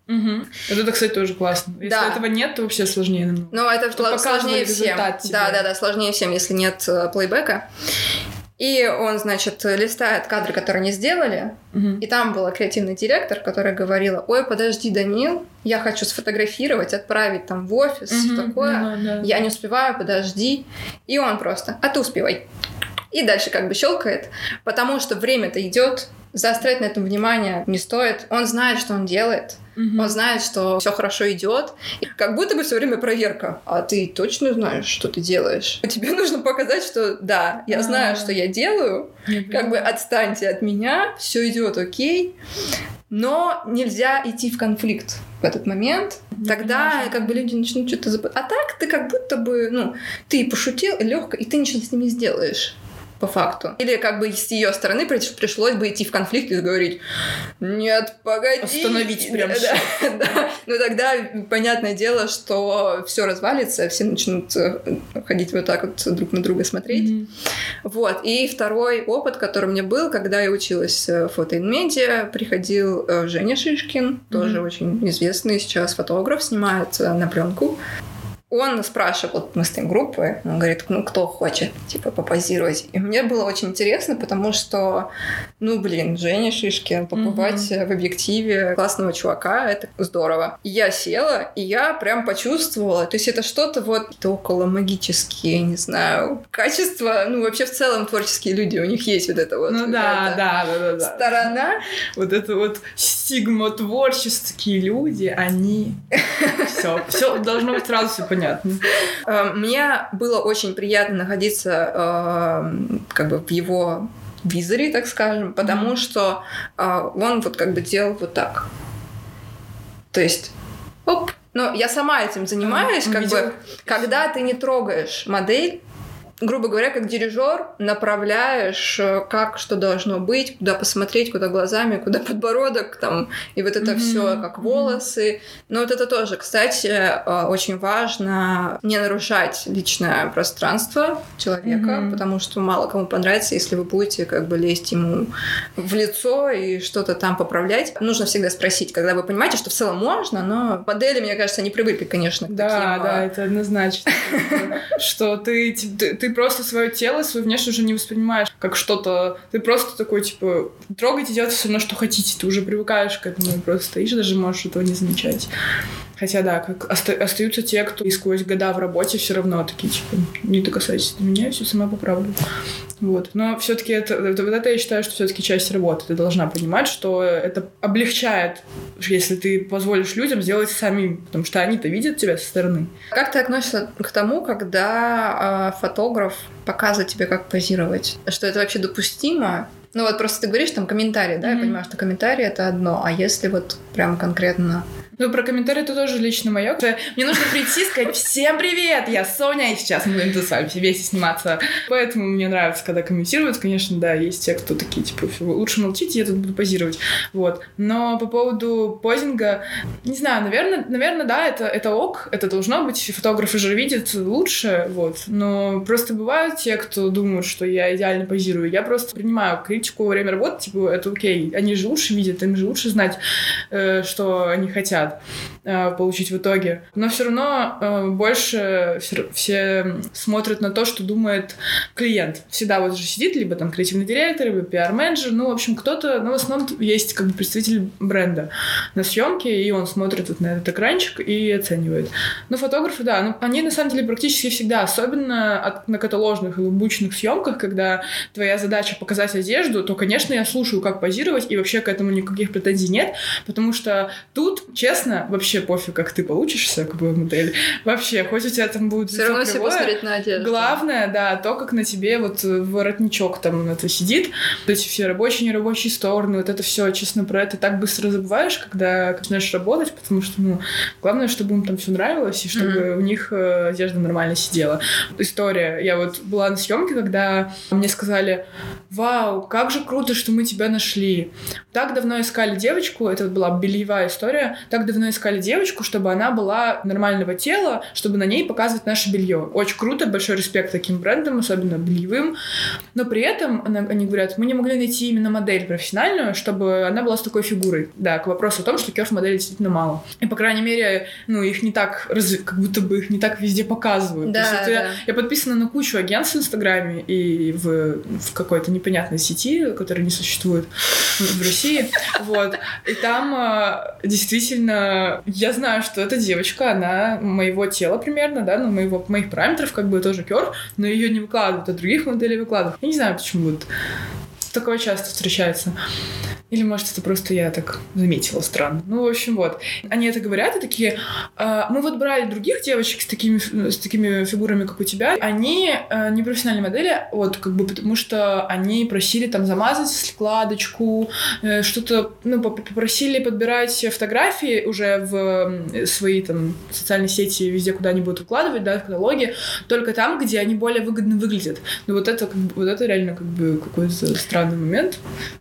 Вот это, кстати, тоже классно. Если этого нет, то вообще сложнее намного. Ну, это сложнее всем. Да, сложнее всем, если нет плейбека. И он, значит, листает кадры, которые они сделали, и там была креативный директор, которая говорила: ой, подожди, Данил, я хочу сфотографировать, отправить там в офис, такое, я не успеваю, подожди. И он просто: а ты успевай. И дальше как бы щелкает, потому что время-то идет, заострять на этом внимание не стоит. Он знает, что он делает. Он знает, что все хорошо идет. Как будто бы все время проверка. А ты точно знаешь, что ты делаешь? Тебе нужно показать, что да, я знаю, что я делаю. Как бы отстаньте от меня, все идет окей. Но нельзя идти в конфликт в этот момент. Тогда как бы люди начнут что-то забывать. А так ты как будто бы, ты пошутил легко, и ты ничего с ними не сделаешь. По факту. Или как бы с ее стороны пришлось бы идти в конфликт и говорить: нет, погоди. Остановить прям. Да. Ну тогда понятное дело, что все развалится, все начнут ходить вот так вот друг на друга смотреть. Вот. И второй опыт, который у меня был, когда я училась в фото-ин-медиа, приходил Женя Шишкин, тоже очень известный сейчас фотограф, снимает на пленку. Он спрашивал, мы стоим группой, он говорит: кто хочет, попозировать. И мне было очень интересно, потому что, Женя Шишкин, побывать в объективе классного чувака, это здорово. И я села, и я прям почувствовала, то есть это что-то около магические, не знаю, качества, вообще в целом творческие люди, у них есть вот это вот. Да. Сторона. Вот это вот стигмотворческие люди, они... Все должно быть сразу все понятно. Мне было очень приятно находиться в его визоре, так скажем, потому что он делал вот так. То есть, оп. Но я сама этим занимаюсь, когда ты не трогаешь модель, грубо говоря, как дирижер, направляешь, как что должно быть, куда посмотреть, куда глазами, куда подбородок, и вот это все, как волосы. Но вот это тоже, кстати, очень важно не нарушать личное пространство человека, потому что мало кому понравится, если вы будете лезть ему в лицо и что-то там поправлять. Нужно всегда спросить, когда вы понимаете, что в целом можно, но модели, мне кажется, не привыкли, конечно, к таким... Да, это однозначно. Что ты просто свое тело, свою внешность уже не воспринимаешь как что-то. Ты просто такой, трогайте, делайте все равно, что хотите. Ты уже привыкаешь к этому и просто стоишь, даже можешь этого не замечать. Хотя, да, остаются те, кто и сквозь года в работе все равно такие, не докасайтесь до меня, я все сама поправлю. Вот. Но все-таки это я считаю, что все-таки часть работы. Ты должна понимать, что это облегчает, если ты позволишь людям сделать самим, потому что они-то видят тебя со стороны. Как ты относишься к тому, когда фотограф показывает тебе, как позировать? Что это вообще допустимо? Просто ты говоришь комментарии, да? Я понимаю, что комментарии — это одно, а если прям конкретно... Про комментарии это тоже лично моё. Мне нужно прийти и сказать: всем привет, я Соня, и сейчас мы будем тут с вами все вместе сниматься. Поэтому мне нравится, когда комментируют. Конечно, да, есть те, кто такие, лучше молчите, я тут буду позировать. Вот. Но по поводу позинга, не знаю, наверное, да, это ок, это должно быть. Фотографы же видят лучше, вот. Но просто бывают те, кто думают, что я идеально позирую. Я просто принимаю критику во время работы, это окей. Они же лучше видят, им же лучше знать, что они хотят получить в итоге. Но все равно больше все смотрят на то, что думает клиент. Всегда же сидит либо креативный директор, либо пиар-менеджер, в общем, кто-то, в основном есть представитель бренда на съемке, и он смотрит на этот экранчик и оценивает. Но фотографы, да, они на самом деле практически всегда, особенно на каталожных и лукбучных съемках, когда твоя задача показать одежду, то, конечно, я слушаю, как позировать, и вообще к этому никаких претензий нет, потому что тут, честно, вообще пофиг, как ты получишься, модель. Вообще, хоть у тебя там будет все равно все посмотреть на одежду. Главное, да, то, как на тебе воротничок это сидит, эти все рабочие, нерабочие стороны, это все, честно, про это так быстро забываешь, когда начинаешь работать, потому что, главное, чтобы им там все нравилось, и чтобы у них одежда нормально сидела. История. Я была на съемке, когда мне сказали: вау, как же круто, что мы тебя нашли. Так давно искали девочку, это была бельевая история, так как давно искали девочку, чтобы она была нормального тела, чтобы на ней показывать наше белье. Очень круто, большой респект таким брендам, особенно бельевым. Но при этом они говорят, мы не могли найти именно модель профессиональную, чтобы она была с такой фигурой. Да, к вопросу о том, что керф-моделей действительно мало. И, по крайней мере, их не так, как будто бы их не так везде показывают. Да, То есть я подписана на кучу агентств в Инстаграме и в какой-то непонятной сети, которая не существует в России. Вот. И там действительно я знаю, что эта девочка, она моего тела примерно, да, моих параметров, как бы тоже керф, но ее не выкладывают, а других моделей выкладывают. Я не знаю, почему вот такое часто встречается. Или, может, это просто я так заметила странно. В общем, вот. Они это говорят и такие, мы вот брали других девочек с такими фигурами, как у тебя. Они не профессиональные модели, вот, как бы, потому что они просили там замазать складочку, что-то, попросили подбирать фотографии уже в свои там социальные сети, везде, куда они будут выкладывать, да, в каталоге, только там, где они более выгодно выглядят. Вот это реально как бы какой-то странный момент.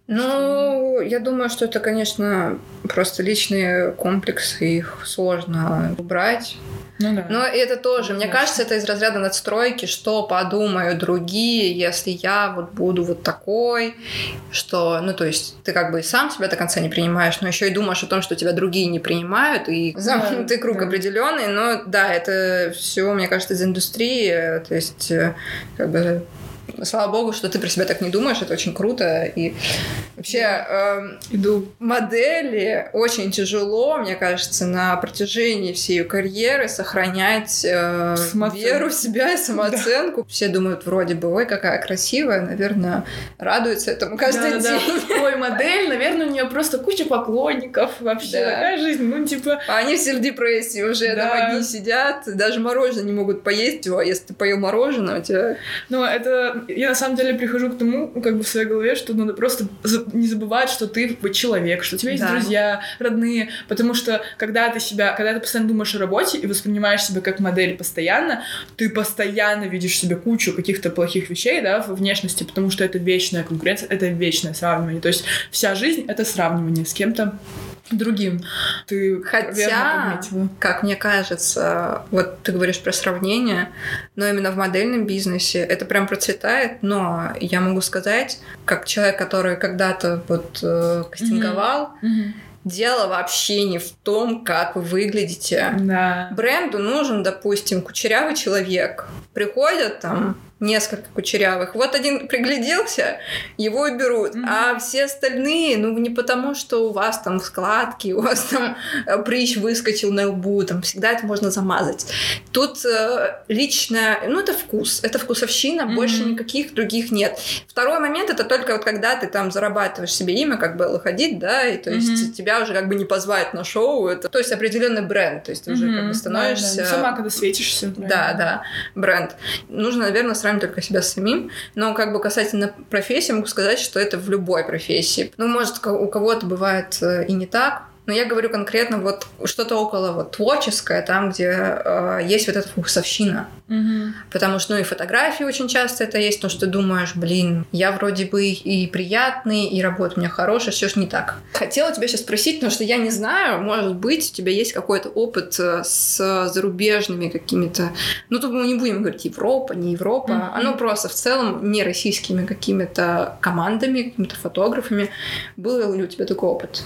Я думаю, что это, конечно, просто личные комплексы, их сложно убрать. Да. Но это тоже, мне кажется, это из разряда надстройки, что подумают другие, если я вот буду вот такой, что, то есть ты как бы и сам себя до конца не принимаешь, но еще и думаешь о том, что тебя другие не принимают, и замкнутый круг определенный, но да, это все, мне кажется, из индустрии, то есть как бы... Слава богу, что ты про себя так не думаешь, это очень круто. И вообще модели очень тяжело, мне кажется, на протяжении всей ее карьеры сохранять веру в себя и самооценку. Да. Все думают вроде бы, ой, какая красивая, наверное, радуется этому каждый день. Ой, модель, наверное, у нее просто куча поклонников, вообще такая жизнь, А они все в депрессии уже там одни сидят, даже мороженое не могут поесть, а если ты поел мороженое, у тебя... Я на самом деле прихожу к тому, как бы в своей голове, что надо просто не забывать, что ты человек, что у тебя есть друзья, родные, потому что когда ты постоянно думаешь о работе и воспринимаешь себя как модель постоянно, ты постоянно видишь в себе кучу каких-то плохих вещей, да, в внешности, потому что это вечная конкуренция, это вечное сравнивание. То есть вся жизнь — это сравнивание с кем-то другим. Ты Хотя, как мне кажется, вот ты говоришь про сравнение, но именно в модельном бизнесе это прям процветает, но я могу сказать, как человек, который когда-то вот кастинговал, дело вообще не в том, как вы выглядите. Да. Бренду нужен, допустим, кучерявый человек. Приходят там несколько кучерявых. Вот один пригляделся, его и берут. А все остальные, не потому, что у вас там складки, у вас там прыщ выскочил на лбу, там всегда это можно замазать. Тут лично, это вкус, это вкусовщина, больше никаких других нет. Второй момент — это только вот когда ты там зарабатываешь себе имя, как Белла Хадид, да, и то есть тебя уже как бы не позвать на шоу, это, то есть определенный бренд, то есть ты уже как бы становишься... Сама, когда светишься. Да, бренд. Нужно, наверное, сравнивать только себя с самим, но как бы касательно профессии могу сказать, что это в любой профессии. Может, у кого-то бывает и не так, но я говорю конкретно вот что-то около вот творческое, там, где есть вот эта вкусовщина. Потому что, и фотографии очень часто это есть, то, что ты думаешь, я вроде бы и приятный, и работа у меня хорошая, все же не так. Хотела тебя сейчас спросить, потому что я не знаю, может быть, у тебя есть какой-то опыт с зарубежными какими-то, тут мы не будем говорить Европа, не Европа, просто в целом не российскими какими-то командами, какими-то фотографами. Был ли у тебя такой опыт?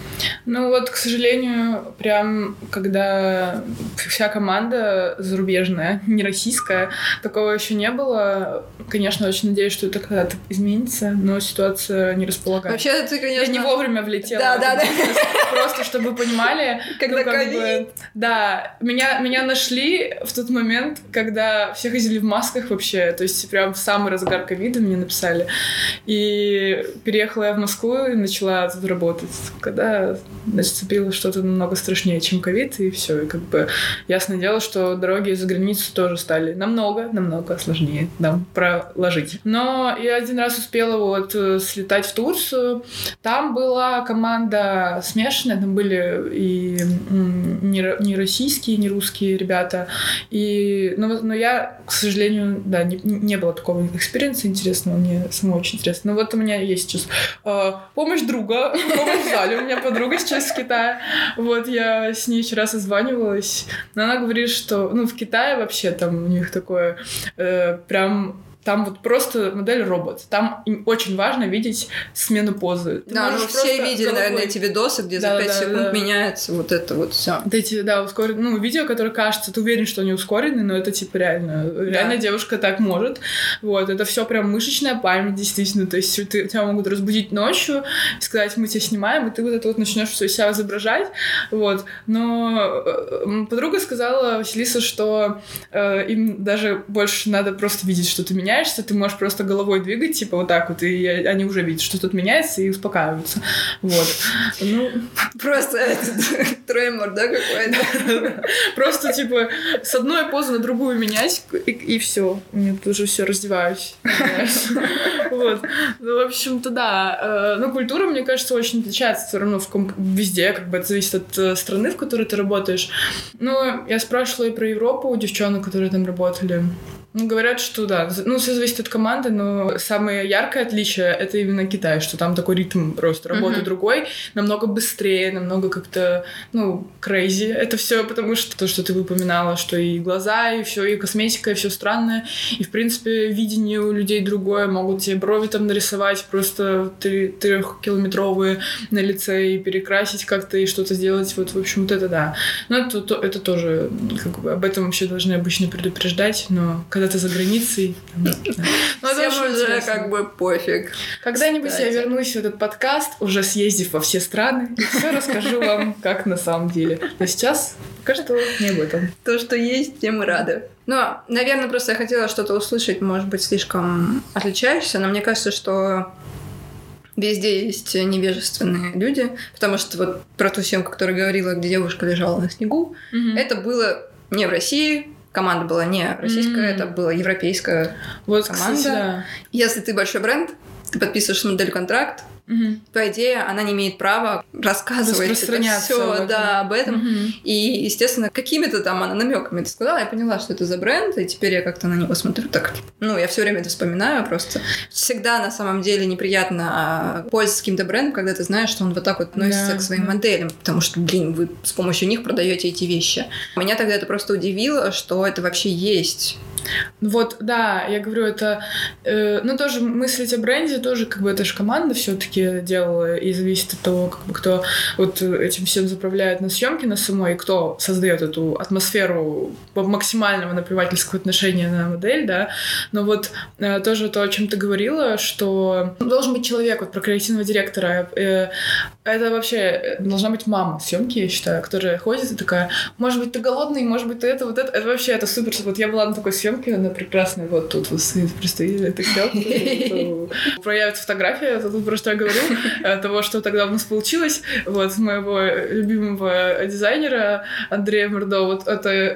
К сожалению, прям когда вся команда зарубежная, не российская, такого еще не было. Конечно, очень надеюсь, что это когда-то изменится, но ситуация не располагает. Вообще, ты, конечно... Я не вовремя влетела. Да. Просто чтобы вы понимали... Когда ковид. Да, меня нашли в тот момент, когда все ходили в масках вообще, то есть прям в самый разгар ковида мне написали. И переехала я в Москву и начала тут работать. Когда наступило что-то намного страшнее, чем ковид, и все. И как бы ясное дело, что дороги за границу тоже стали намного сложнее нам проложить. Но я один раз успела слетать в Турцию. Там была команда смешанная, там были и не российские, не русские ребята. Но я, к сожалению, не было такого экспириенса интересного, мне самой очень интересно. Но вот у меня есть сейчас помощь друга, помощь в зале. У меня подруга сейчас в Китае. Да, вот я с ней вчера созванивалась, но она говорит, что, в Китае вообще там у них такое прям... Там вот просто модель робот. Там им очень важно видеть смену позы. Ты все видели, наверное, эти видосы, где за 5 секунд меняется вот это вот все. Вот эти, ускоренные, видео, которые кажется, ты уверен, что они ускорены, но это типа реально девушка так может. Вот, это все прям мышечная память, действительно. То есть тебя могут разбудить ночью, сказать, мы тебя снимаем, и ты вот это вот начнешь все себя изображать. Вот. Но подруга сказала, Василиса, что им даже больше надо просто видеть, что ты меняешься, ты можешь просто головой двигать, типа вот так вот, и они уже видят, что тут меняется, и успокаиваются. Вот. Просто тремор, да, какой-то? Просто, типа, с одной позы на другую менять, и все. Мне тут уже все раздеваюсь. Вот. В общем-то, да. Но культура, мне кажется, очень отличается все равно везде, как бы это зависит от страны, в которой ты работаешь. Но я спрашивала и про Европу у девчонок, которые там работали. Говорят, что да, все зависит от команды, но самое яркое отличие — это именно Китай, что там такой ритм просто работы другой, намного быстрее, намного как-то, crazy это все, потому что то, что ты упоминала, что и глаза, и все, и косметика, и все странное, и, в принципе, видение у людей другое, могут тебе брови там нарисовать просто 3-километровые на лице и перекрасить как-то, и что-то сделать, вот, в общем, вот это да. Но это тоже, как бы, об этом вообще должны обычно предупреждать, но когда ты за границей... Всем уже как бы пофиг. Когда-нибудь я вернусь в этот подкаст, уже съездив во все страны, и все расскажу вам, как на самом деле. Но сейчас пока что не об этом. То, что есть, тем и рады. Но, наверное, просто я хотела что-то услышать, может быть, слишком отличающееся, но мне кажется, что везде есть невежественные люди, потому что вот про ту съемку, которую говорила, где девушка лежала на снегу, это было не в России. Команда была не российская, это была европейская команда. Кстати, да. Если ты большой бренд, ты подписываешь с моделью контракт, по идее, она не имеет права рассказывать это все об этом. И, естественно, какими-то там она намеками это сказала, я поняла, что это за бренд, и теперь я как-то на него смотрю так. Я все время это вспоминаю просто. Всегда на самом деле неприятно пользоваться каким-то брендом, когда ты знаешь, что он вот так вот относится к своим моделям, потому что, вы с помощью них продаете эти вещи. Меня тогда это просто удивило, что это вообще есть. Вот, да, я говорю, это... тоже мыслить о бренде, тоже как бы это же команда все-таки делала, и зависит от того, как бы, кто вот этим всем заправляет на съемке на самой, и кто создает эту атмосферу максимального наплевательского отношения на модель, да. Но вот тоже то, о чем ты говорила, что должен быть человек, вот про креативного директора, это вообще должна быть мама съемки, я считаю, которая ходит и такая, может быть, ты голодный, может быть, ты это, вот это. Это вообще, это супер. Вот я была на такой съемке, она прекрасная, вот тут вот предстоит эта съемка, проявит фотография, это тут про что я говорю, того, что тогда у нас получилось, вот, моего любимого дизайнера Андрея Мордо, вот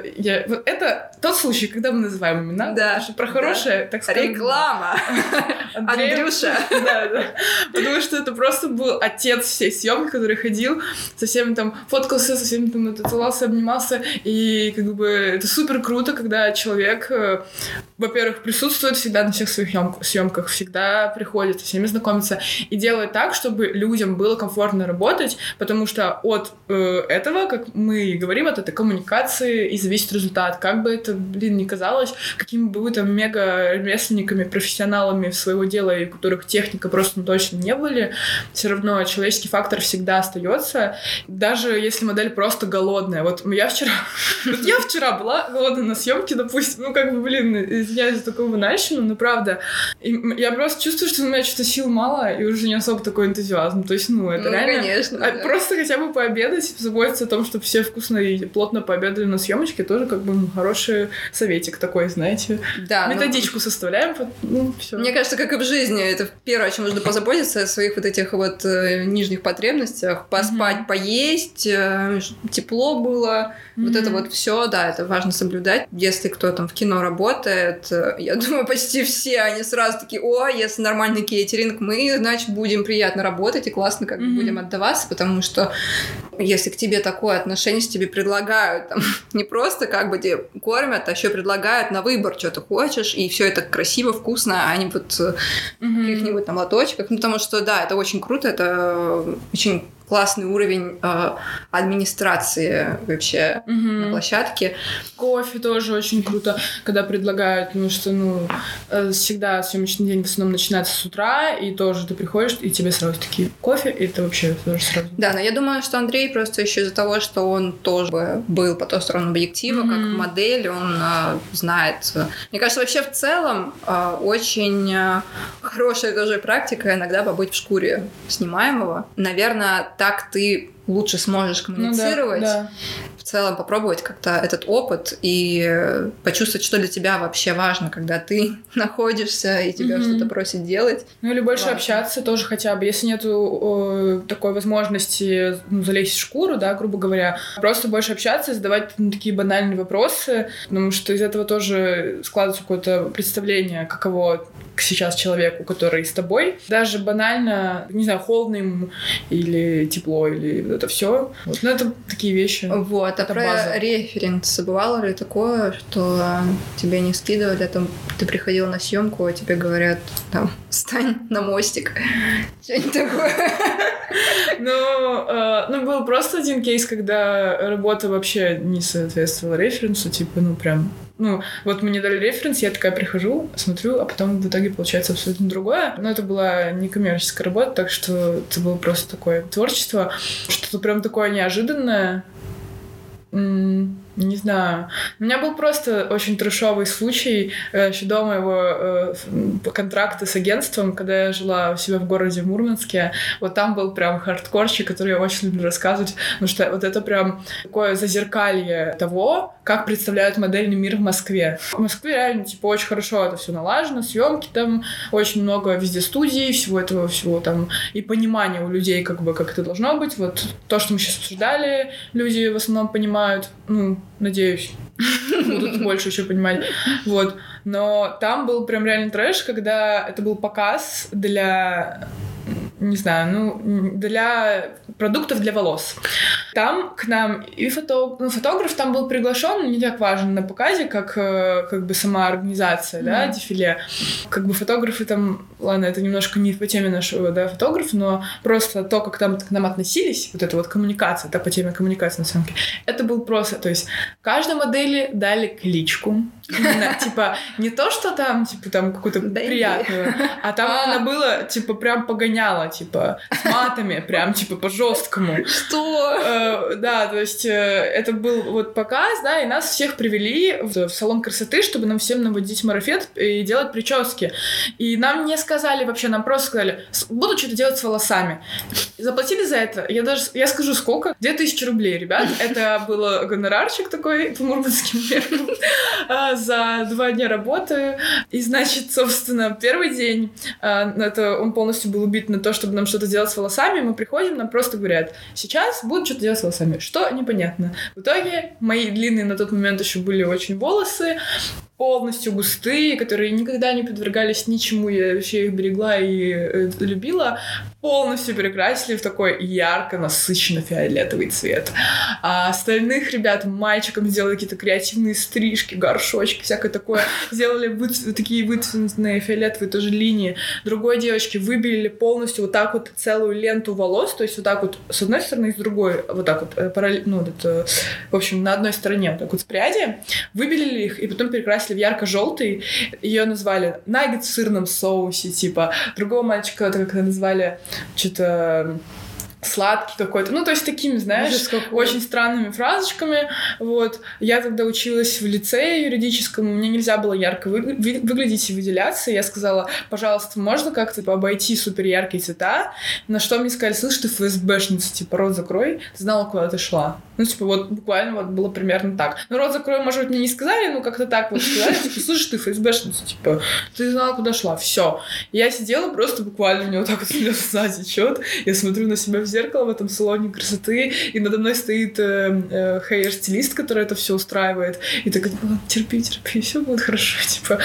это тот случай, когда мы называем имена, да, что про хорошее, так сказать. Реклама! Андрюша! Да. Потому что это просто был отец всей съемки, который ходил, со всеми там фоткался, со всеми там целовался, обнимался, и как бы это супер круто, когда человек, во-первых, присутствует всегда на всех своих съемках, всегда приходит, со всеми знакомится и делает так, чтобы людям было комфортно работать, потому что от этого, как мы говорим, от этой коммуникации и зависит результат. Как бы это, не казалось, какими бы вы там мега-ремесленниками, профессионалами своего дела, и у которых техника просто точно не были, все равно человеческий фактор всегда остается, даже если модель просто голодная. Вот я вчера была голодная на съемке, допустим, извиняюсь за такую банальщину, но правда, я просто чувствую, что у меня что-то сил мало, и уже не особо такой энтузиазм. То есть, это реально... Конечно, да. Просто хотя бы пообедать, заботиться о том, чтобы все вкусно и плотно пообедали на съемочке, тоже как бы хороший советик такой, знаете. Да, методичку составляем, все. Мне кажется, как и в жизни, это первое, о чем нужно позаботиться, о своих вот этих вот нижних потребностях, поспать, поесть, тепло было, вот это вот все, да, это важно соблюдать. Если кто там в кино работает, я думаю, почти все, они сразу такие, если нормальный кейтеринг, мы, значит, будем приятно работать и классно как бы будем отдаваться, потому что если к тебе такое отношение, если тебе предлагают, там, не просто как бы тебе кормят, а еще предлагают на выбор, что ты хочешь, и все это красиво, вкусно, а не вот в каких-нибудь там лоточках, потому что, да, это очень круто, это очень классный уровень администрации вообще на площадке. Кофе тоже очень круто, когда предлагают, потому что, всегда съемочный день в основном начинается с утра, и тоже ты приходишь, и тебе сразу такие кофе, и это вообще тоже сразу. Да, но я думаю, что Андрей просто еще из-за того, что он тоже был по ту сторону объектива, как модель, он знает. Мне кажется, вообще в целом очень хорошая тоже практика иногда побыть в шкуре снимаемого. Наверное, так ты лучше сможешь коммуницировать. Да. В целом попробовать как-то этот опыт и почувствовать, что для тебя вообще важно, когда ты находишься и тебя что-то просят делать. Или больше общаться тоже хотя бы. Если нету такой возможности залезть в шкуру, да, грубо говоря, просто больше общаться, задавать такие банальные вопросы, потому что из этого тоже складывается какое-то представление, каково сейчас человеку, который с тобой. Даже банально, не знаю, холодно ему или тепло, или это все. Вот. Но это такие вещи. Вот. А про референсы бывало ли такое, что тебе не скидывали, а там ты приходил на съемку, а тебе говорят, там, встань на мостик. Что-нибудь такое. Был просто один кейс, когда работа вообще не соответствовала референсу, вот мне дали референс, я такая прихожу, смотрю, а потом в итоге получается абсолютно другое. Но это была не коммерческая работа, так что это было просто такое творчество, что-то прям такое неожиданное. Не знаю. У меня был просто очень трэшовый случай еще до моего контракта с агентством, когда я жила у себя в городе в Мурманске. Вот там был прям хардкорчик, который я очень люблю рассказывать, потому что вот это прям такое зазеркалье того, как представляют модельный мир в Москве. В Москве реально, очень хорошо это все налажено, съемки там, очень много везде студий, всего этого всего там, и понимание у людей, как это должно быть. Вот то, что мы сейчас обсуждали, люди в основном понимают, надеюсь, будут больше еще понимать. Вот. Но там был прям реально трэш, когда это был показ для продуктов для волос. Там к нам и фотограф там был приглашен, не так важен на показе, как сама организация, да, дефиле. Фотографы там, ладно, это немножко не по теме нашего, да, фотографа, но просто то, как там к нам относились, вот эта вот коммуникация, по теме коммуникации на съемке, это был просто, то есть каждой модели дали кличку. Именно, не то, что там, какую-то приятную, а там она была, прям погоняла, с матами, прям, по-жесткому. Что? Да, то есть это был вот показ, да, и нас всех привели в салон красоты, чтобы нам всем наводить марафет и делать прически. И нам не сказали вообще, нам просто сказали, буду что-то делать с волосами. Заплатили за это, я скажу сколько, 2000 рублей, ребят. Это был гонорарчик такой по мурманским меркам за 2 дня работы. И, значит, собственно, первый день он полностью был убит на то, чтобы нам что-то делать с волосами. Мы приходим, нам просто говорят, сейчас будут что-то делать с волосами. Что? Непонятно. В итоге мои длинные на тот момент еще были очень волосы, полностью густые, которые никогда не подвергались ничему, я вообще их берегла и любила, полностью перекрасили в такой ярко насыщенно фиолетовый цвет. А остальных ребят, мальчикам сделали какие-то креативные стрижки, горшочки, всякое такое. Сделали такие вытянутые фиолетовые тоже линии. Другой девочке выбелили полностью вот так вот целую ленту волос, то есть вот так вот с одной стороны и с другой, вот так вот параллельно, в общем, на одной стороне вот так вот с пряди, выбелили их и потом перекрасили в ярко-желтый. Ее назвали наггет в сырном соусе, другого мальчика как-то назвали что-то сладкий какой-то. То есть такими, знаешь, очень странными фразочками. Вот. Я тогда училась в лицее юридическом, мне нельзя было ярко выглядеть и выделяться. Я сказала, пожалуйста, можно как-то обойти супер яркие цвета? На что мне сказали, слышь, ты ФСБшница, рот закрой, ты знала, куда ты шла. Вот буквально вот было примерно так. Рот закрой, может быть, мне не сказали, но как-то так вот сказали, слышь, ты ФСБшница, ты знала, куда шла. Все. Я сидела просто буквально, у меня вот так вот слеза течет. Я смотрю на себя в зеркало в этом салоне красоты, и надо мной стоит хейр-стилист, который это все устраивает. И такая, терпи, все будет хорошо.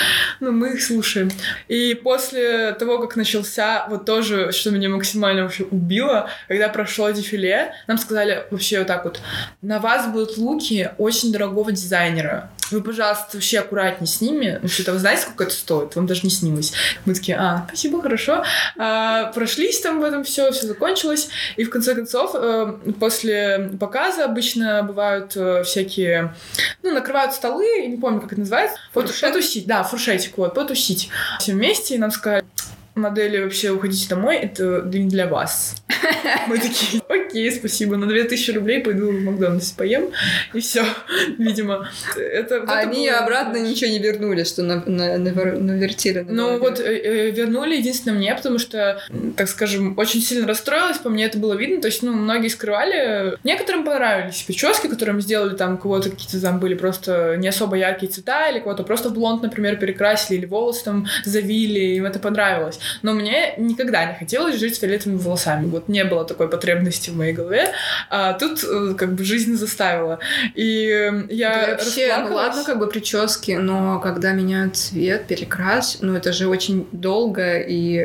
Мы их слушаем. И после того, как начался, вот тоже, что меня максимально вообще убило, когда прошло дефиле, нам сказали вообще вот так вот, на вас будут луки очень дорогого дизайнера. Вы, пожалуйста, вообще аккуратнее с ними. Что-то вы знаете, сколько это стоит? Вам даже не снилось. Мы такие, спасибо, хорошо. Прошлись там в этом все закончилось. И И в конце концов, после показа обычно бывают всякие... накрывают столы, я не помню, как это называется. Потусить, да, фуршетик, потусить. Все вместе, и нам сказали... Модели вообще уходите домой, это не для вас. Мы такие, окей, спасибо, на 2000 рублей пойду в Макдональдс поем, и все, видимо. Они обратно ничего не вернули, что навертили. Вернули единственное мне, потому что, так скажем, очень сильно расстроилась, по мне это было видно, то есть, многие скрывали. Некоторым понравились прически, которые мы сделали, там, у кого-то какие-то там были просто не особо яркие цвета, или кого-то просто в блонд, например, перекрасили, или волосы там завили, им это понравилось. Но мне никогда не хотелось жить с фиолетовыми волосами. Вот не было такой потребности в моей голове. А тут как бы жизнь заставила. И я расплакалась. Ладно, прически, но когда меняют цвет, перекрас, это же очень долго и...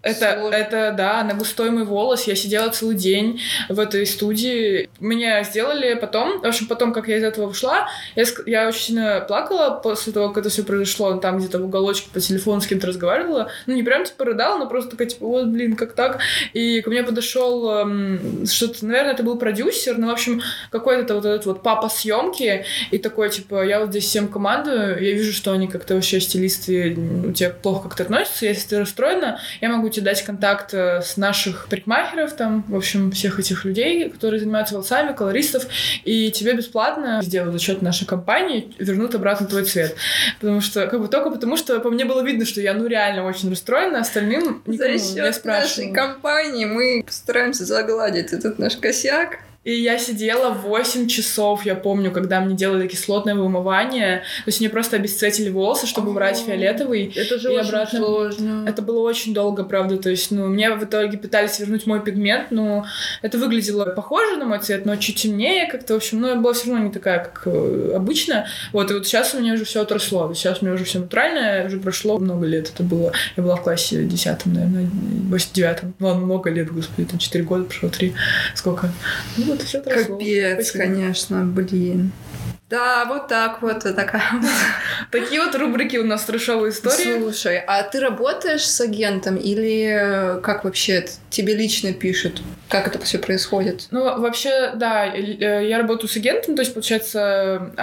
Это, да, на густой мой волос. Я сидела целый день в этой студии. Меня сделали потом. В общем, потом, как я из этого ушла, я очень сильно плакала после того, как это все произошло. Там где-то в уголочке по телефону с кем-то разговаривала. Не прям, рыдала, но просто такая, вот, блин, как так? И ко мне подошел что-то, наверное, это был продюсер, в общем, какой-то вот этот папа съемки. И такой, я вот здесь всем командую, я вижу, что они как-то вообще стилисты у тебя плохо как-то относятся. Если ты расстроена, я могу тебе дать контакт с наших парикмахеров, там, в общем, всех этих людей, которые занимаются волосами, колористов, и тебе бесплатно сделают за счет нашей компании, вернут обратно твой цвет. Потому что, только потому, что по мне было видно, что я, реально очень расстроена, остальным никому не спрашивала. За счет нашей компании мы постараемся загладить этот наш косяк. И я сидела 8 часов, я помню, когда мне делали кислотное вымывание. То есть мне просто обесцветили волосы, чтобы убрать фиолетовый. Это же очень сложно. Это было очень долго, правда. То есть, мне в итоге пытались вернуть мой пигмент, это выглядело похоже на мой цвет, но чуть темнее как-то. В общем, я была все равно не такая, как обычно. И вот сейчас у меня уже все отросло. Сейчас у меня уже все натуральное, уже прошло много лет это было. Я была в классе 10, наверное, 9. Ладно, много лет, господи, 4 года прошло, 3. Сколько? Вот, все отросло. Капец, спасибо. Конечно, блин. Да, вот так вот, такая вот. Такие вот рубрики у нас трэшовые истории. Слушай, а ты работаешь с агентом или как вообще тебе лично пишут? Как это все происходит? Вообще, да, я работаю с агентом, то есть, получается,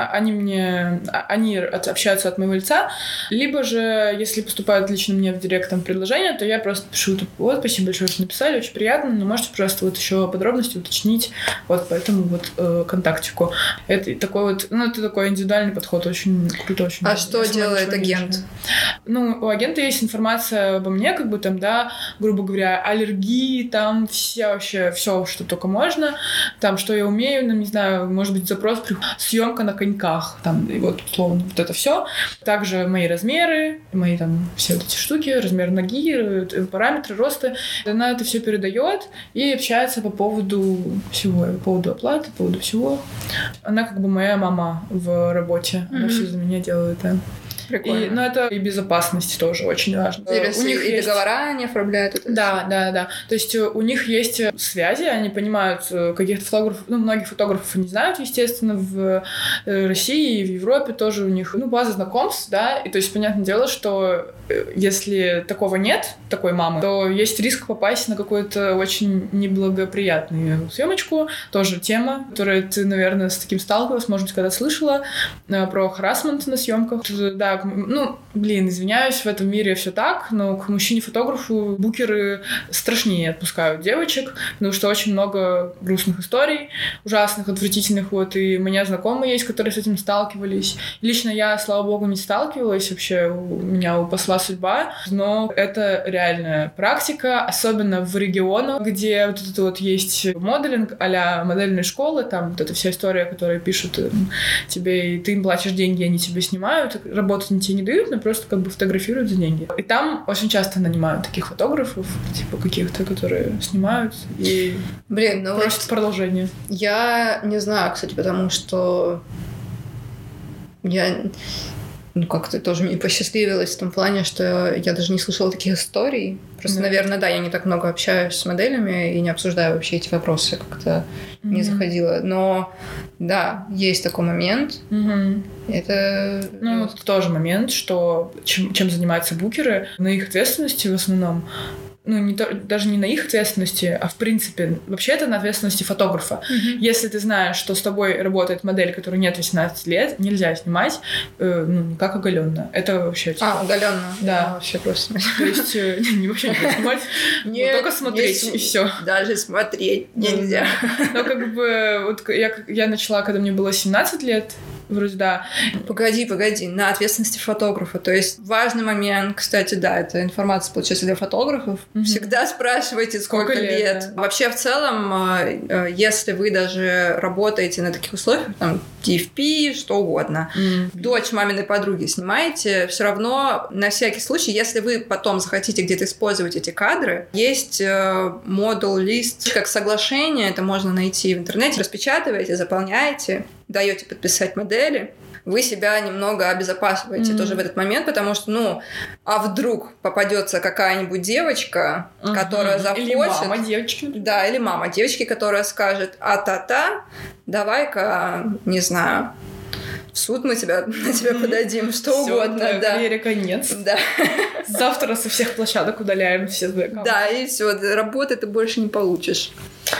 они общаются от моего лица, либо же, если поступают лично мне в директ предложение, то я просто пишу, вот, спасибо большое, что написали, очень приятно, но можете, пожалуйста, еще подробности уточнить, поэтому контактику. Это такой это такой индивидуальный подход, очень круто, очень. А что делает агент? У агента есть информация обо мне, грубо говоря, аллергии, там все, что только можно, там, что я умею, не знаю, может быть, запрос, съемка на коньках, там, и условно, это все. Также мои размеры, мои там все эти штуки, размер ноги, параметры роста. Она это все передает и общается по поводу всего, по поводу оплаты, по поводу всего. Она моя мама в работе. Она все за меня делает, да. Прикольно. Это и безопасность тоже очень важно. У них и договора они оформляют. Да. То есть у них есть связи, они понимают каких-то фотографов, многих фотографов не знают, естественно, в России и в Европе тоже у них, база знакомств, да, и то есть понятное дело, что если такого нет, такой мамы, то есть риск попасть на какую-то очень неблагоприятную съемочку, тоже тема, которую ты, наверное, с таким сталкивалась, может быть, когда слышала про харассмент на съемках. Да, извиняюсь, в этом мире все так, но к мужчине-фотографу букеры страшнее отпускают девочек, потому что очень много грустных историй, ужасных, отвратительных, и у меня знакомые есть, которые с этим сталкивались. Лично я, слава богу, не сталкивалась, вообще меня упасла судьба, но это реальная практика, особенно в регионах, где есть моделинг а-ля модельные школы, там эта вся история, которую пишут тебе, и ты им платишь деньги, они тебе снимают, работать они тебе не дают, но просто фотографируют за деньги. И там очень часто нанимают таких фотографов, каких-то, которые снимают и просят продолжение. Я не знаю, кстати, потому что я как-то тоже мне посчастливилось в том плане, что я даже не слышала таких историй. Просто, наверное, я не так много общаюсь с моделями и не обсуждаю вообще эти вопросы, как-то не заходила. Но, да, есть такой момент. Это... это тоже момент, что чем занимаются букеры, на их ответственности в основном. даже не на их ответственности, а в принципе, вообще это на ответственности фотографа. Если ты знаешь, что с тобой работает модель, которой нет 18 лет, нельзя снимать как оголенно. Это вообще... Оголенно? Да. Вообще просто... То есть вообще нельзя снимать, только смотреть, и все. Даже смотреть нельзя. Но как бы вот я начала, когда мне было 17 лет, вроде да. Погоди, на ответственности фотографа. То есть важный момент, кстати, да, это информация, получается, для фотографов. Всегда спрашивайте, сколько лет. Да. Вообще, в целом, если вы даже работаете на таких условиях, там, DFP, что угодно, дочь маминой подруги снимаете, все равно, на всякий случай, если вы потом захотите где-то использовать эти кадры, есть модул-лист, как соглашение, это можно найти в интернете, распечатываете, заполняете, даете подписать модели, вы себя немного обезопасиваете тоже в этот момент, потому что, а вдруг попадется какая-нибудь девочка, которая захочет... Или мама девочки. Да, или мама девочки, которая скажет, давай-ка, не знаю, в суд мы на тебя подадим, что угодно. Да. Карьере конец. Да. Завтра со всех площадок удаляем все свои аккаунты. Да, и все, работы ты больше не получишь.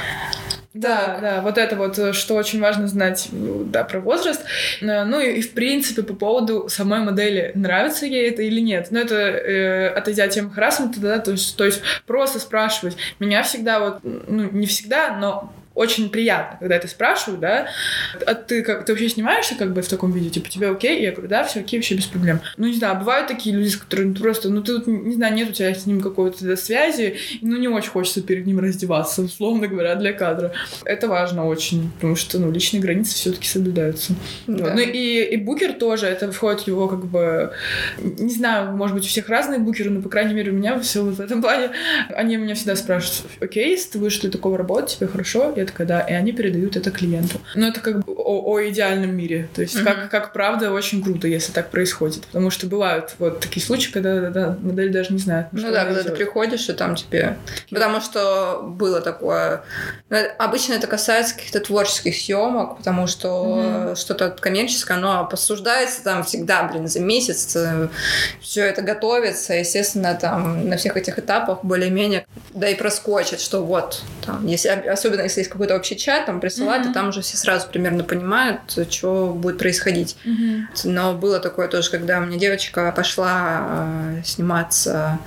Да, вот это вот, что очень важно знать, про возраст. И в принципе по поводу самой модели, нравится ей это или нет. Это отойдя от темы харассмента, да, то есть просто спрашивать. Меня всегда не всегда, но очень приятно, когда это спрашивают, да, а ты вообще снимаешься как бы в таком виде, типа, тебе окей? Я говорю, да, все окей, вообще без проблем. Не знаю, бывают такие люди, с которыми просто, ты тут, не знаю, нет у тебя с ним какой-то связи, и, не очень хочется перед ним раздеваться, условно говоря, для кадра. Это важно очень, потому что, личные границы все-таки соблюдаются. Да. И букер тоже, это входит в его, как бы, не знаю, может быть, у всех разные букеры, но, по крайней мере, у меня все в этом плане, они меня всегда спрашивают, окей, если ты будешь для такого работать, тебе хорошо? Я такая, да, и они передают это клиенту. Это как бы о идеальном мире. То есть, как правда, очень круто, если так происходит. Потому что бывают вот такие случаи, когда модель даже не знает, что когда делать. Ты приходишь, и там тебе... Потому что было такое... Обычно это касается каких-то творческих съемок, потому что что-то коммерческое, оно посуждается там всегда, за месяц. Все это готовится, естественно, там на всех этих этапах более-менее, да и проскочит, что вот, там, особенно если есть какой-то общий чат, там присылать, и там уже все сразу примерно понимают, что будет происходить. Но было такое тоже, когда у меня девочка пошла сниматься,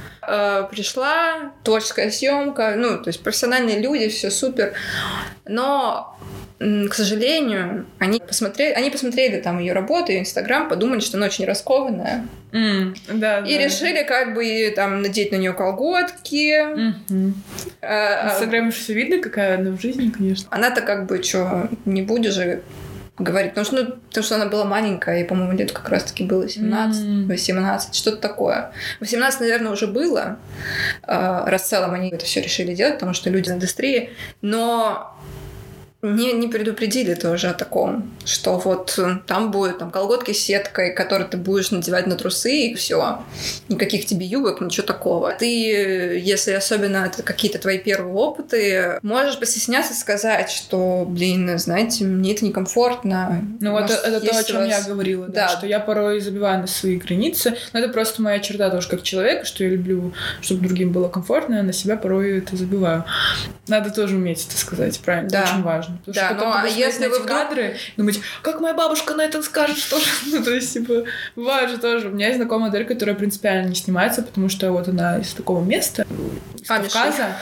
пришла, творческая съемка, то есть профессиональные люди, все супер, но к сожалению, они посмотрели там ее работу, ее Инстаграм, подумали, что она очень раскованная. И решили как бы там надеть на нее колготки. В Инстаграме все видно, какая она в жизни, конечно. Она-то как бы, не будешь же говорить, потому что она была маленькая, и, по-моему, лет как раз-таки было 17-18, что-то такое. 18, наверное, уже было, раз в целом они это все решили делать, потому что люди из индустрии, но не предупредили тоже о таком, что вот там будет колготки с сеткой, которые ты будешь надевать на трусы, и все. Никаких тебе юбок, ничего такого. Ты, если особенно это какие-то твои первые опыты, можешь постесняться сказать, что, знаете, мне это некомфортно. Это то, о чем я говорила, да, что я порой забиваю на свои границы. Но это просто моя черта тоже как человека, что я люблю, чтобы другим было комфортно, а на себя порой это забиваю. Надо тоже уметь это сказать, правильно? Да. Это очень важно. Потому что потом если вы кадры, думать, как моя бабушка на это скажет, что то есть, бывает же тоже. У меня есть знакомая модель, которая принципиально не снимается, потому что вот она из такого места, из Кавказа.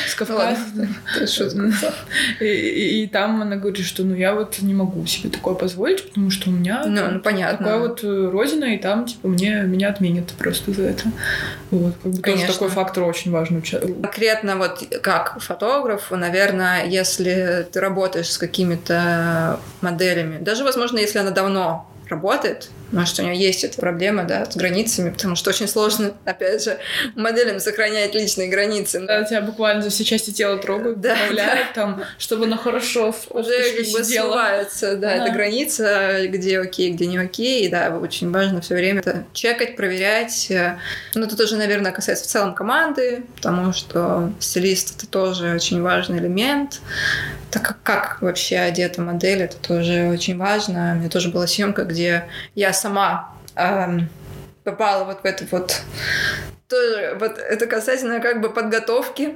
И там она говорит, что я вот не могу себе такое позволить, потому что у меня такая вот родина, и там, меня отменят просто за это. Вот, тоже такой фактор очень важный. Конкретно вот как фотограф, наверное, если ты работаешь с какими-то моделями. Даже, возможно, если она давно работает, может, у нее есть эта проблема, с границами, потому что очень сложно, опять же, моделям сохранять личные границы. Да, тебя буквально за все части тела трогают, управляют, там, чтобы она хорошо уже как бы сливается, эта граница, где окей, где не окей, и очень важно все время это чекать, проверять. Это тоже, наверное, касается в целом команды, потому что стилист — это тоже очень важный элемент. Так как вообще одета модель, это тоже очень важно. У меня тоже была съемка, где я сама попала вот в эту вот тоже вот это касательно как бы подготовки.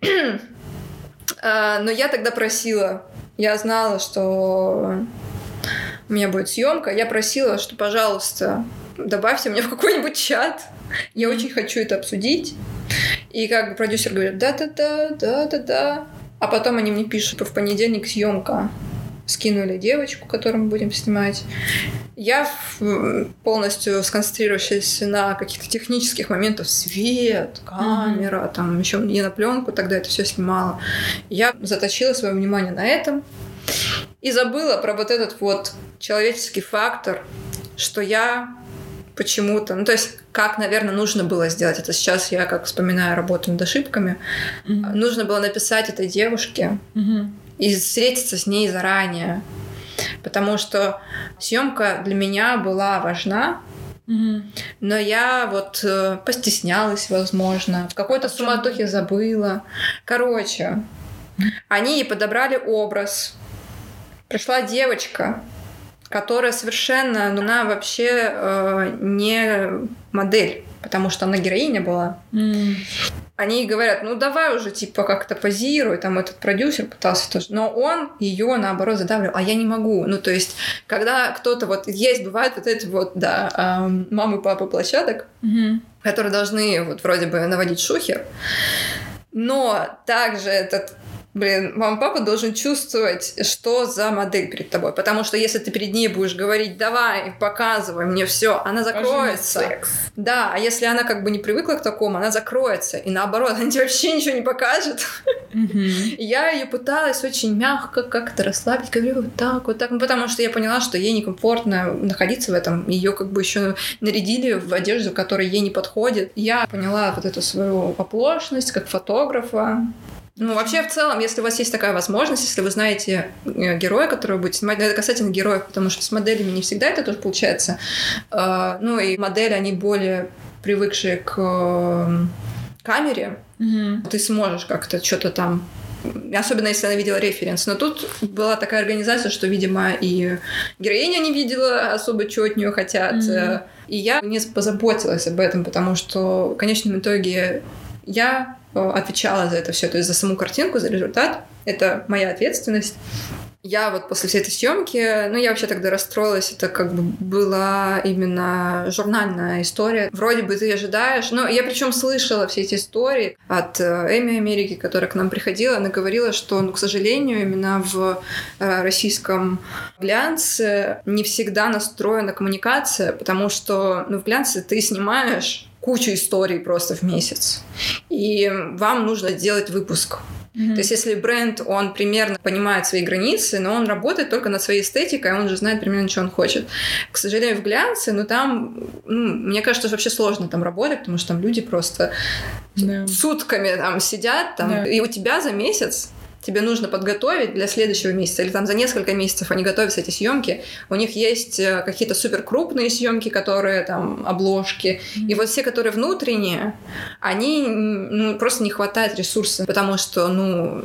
Но я тогда просила, я знала, что у меня будет съемка, я просила, что, пожалуйста, добавьте меня в какой-нибудь чат, я очень хочу это обсудить. И как бы продюсер говорит, да. А потом они мне пишут, в понедельник съемка. Скинули девочку, которую мы будем снимать. Я полностью сконцентрировавшись на каких-то технических моментах, свет, камера, там еще не на пленку, тогда это все снимала. Я заточила свое внимание на этом и забыла про вот этот вот человеческий фактор, что я почему-то... Ну, то есть, как, наверное, нужно было сделать это. Сейчас я, как вспоминаю, работаю над ошибками. Нужно было написать этой девушке и встретиться с ней заранее. Потому что съемка для меня была важна, но я вот постеснялась, возможно, в какой-то суматохе забыла. Короче, они ей подобрали образ. Пришла девочка, которая совершенно, она вообще не модель, потому что она героиня была. Они ей говорят, ну давай уже, типа, как-то позируй, там этот продюсер пытался тоже, но он ее, наоборот, задавливал, а я не могу. Ну, то есть, когда кто-то, вот есть, бывают вот эти вот, да, мамы, папы площадок, которые должны вот вроде бы наводить шухер, но также этот мама, папа должен чувствовать, что за модель перед тобой. Потому что если ты перед ней будешь говорить, давай, показывай мне все, она закроется. Да, а если она как бы не привыкла к такому, она закроется. И наоборот, она тебе вообще ничего не покажет. Я ее пыталась очень мягко как-то расслабить, говорю, вот так, вот так. Ну, потому что я поняла, что ей некомфортно находиться в этом. Ее как бы еще нарядили в одежду, которая ей не подходит. Я поняла вот эту свою оплошность как фотографа. Ну, вообще, в целом, если у вас есть такая возможность, если вы знаете героя, которого будете снимать, но это касательно героев, потому что с моделями не всегда это тоже получается. Ну, и модели, они более привыкшие к камере. Ты сможешь как-то что-то там... Особенно, если она видела референс. Но тут была такая организация, что, видимо, и героиня не видела особо, что от нее хотят. И я не позаботилась об этом, потому что в конечном итоге я отвечала за это все, то есть за саму картинку, за результат. Это моя ответственность. Я вот после всей этой съемки, ну, я вообще тогда расстроилась, это как бы была именно журнальная история. Вроде бы ты ожидаешь, но я причем слышала все эти истории от Эми Америки, которая к нам приходила, она говорила, что, ну, к сожалению, именно в российском глянце не всегда настроена коммуникация, потому что, ну, в глянце ты снимаешь кучу историй просто в месяц. И вам нужно сделать выпуск. То есть если бренд, он примерно понимает свои границы, но он работает только над своей эстетикой, он уже знает примерно, что он хочет. К сожалению, в глянце, ну там, мне кажется, вообще сложно там работать, потому что там люди просто сутками там сидят, там, и у тебя за месяц тебе нужно подготовить для следующего месяца, или там за несколько месяцев они готовятся, эти съемки. У них есть какие-то супер крупные съемки, которые там обложки. И вот все, которые внутренние, они просто не хватает ресурсов, потому что, ну,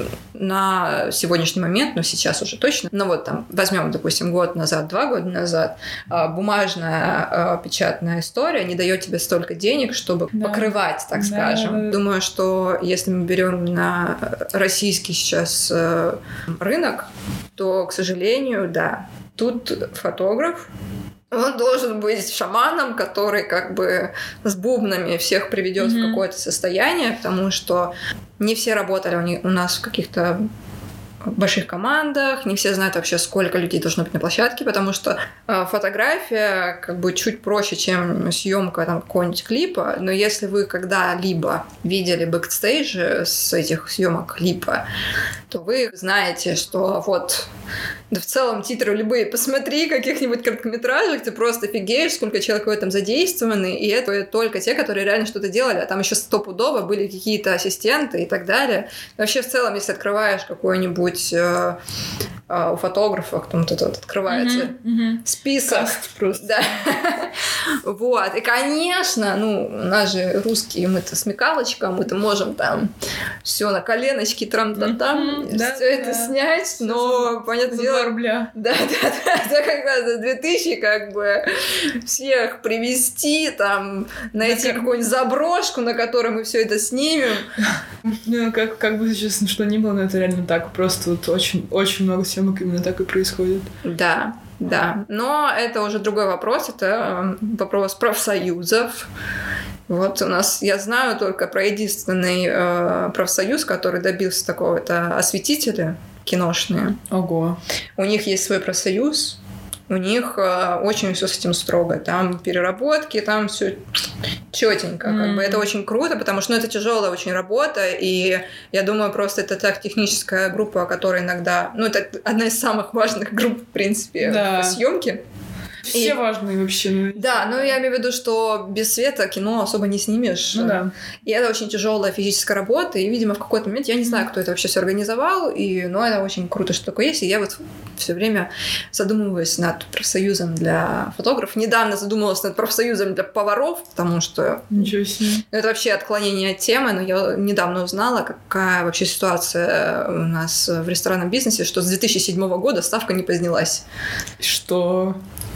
на сегодняшний момент, ну, сейчас уже точно, ну, вот там возьмем, допустим, год назад, 2 года назад, бумажная печатная история не дает тебе столько денег, чтобы покрывать, так скажем. Думаю, что если мы берем на российский сейчас рынок, то, к сожалению, да, тут фотограф, он должен быть шаманом, который как бы с бубнами всех приведет в какое-то состояние, потому что не все работали у нас в каких-то больших командах, не все знают вообще, сколько людей должно быть на площадке, потому что фотография как бы чуть проще, чем съемка там какого-нибудь клипа, но если вы когда-либо видели бэкстейджи с этих съемок клипа, то вы знаете, что вот, да в целом титры любые, посмотри каких-нибудь короткометражек, ты просто офигеешь, сколько человек в этом задействованы, и это только те, которые реально что-то делали, а там еще стопудово были какие-то ассистенты и так далее. Вообще в целом, если открываешь какой-нибудь у фотографов, там тут открывается список. Каст просто. Да. Вот. И, конечно, у нас же русские, мы-то смекалочка, мы-то можем там все на коленочке, трам-там, все это снять, но, понятное дело... 2 рубля. Да, как раз за 2000 как бы всех привезти, там, найти какую-нибудь заброшку, на которой мы все это снимем. Ну, как бы сейчас что ни было, но это реально так. Просто вот очень много съемок именно так и происходит. Да. Но это уже другой вопрос. Это вопрос профсоюзов. Вот у нас, я знаю только про единственный профсоюз, который добился такого-то осветителя киношные. Ого. У них есть свой профсоюз. У них очень все с этим строго. Там переработки, там все четенько. Как бы. Это очень круто, потому что это тяжелая очень работа. И я думаю, просто это так техническая группа, которая иногда... это одна из самых важных групп, в принципе, в съемке. Все важные вообще. Да, я имею в виду, что без света кино особо не снимешь. Да. И это очень тяжелая физическая работа. И, видимо, в какой-то момент, я не знаю, кто это вообще все организовал, но это очень круто, что такое есть. И я вот все время задумываюсь над профсоюзом для фотографов. Недавно задумалась над профсоюзом для поваров, потому что... Ничего себе. Это вообще отклонение от темы, но я недавно узнала, какая вообще ситуация у нас в ресторанном бизнесе, что с 2007 года ставка не поднялась. Что...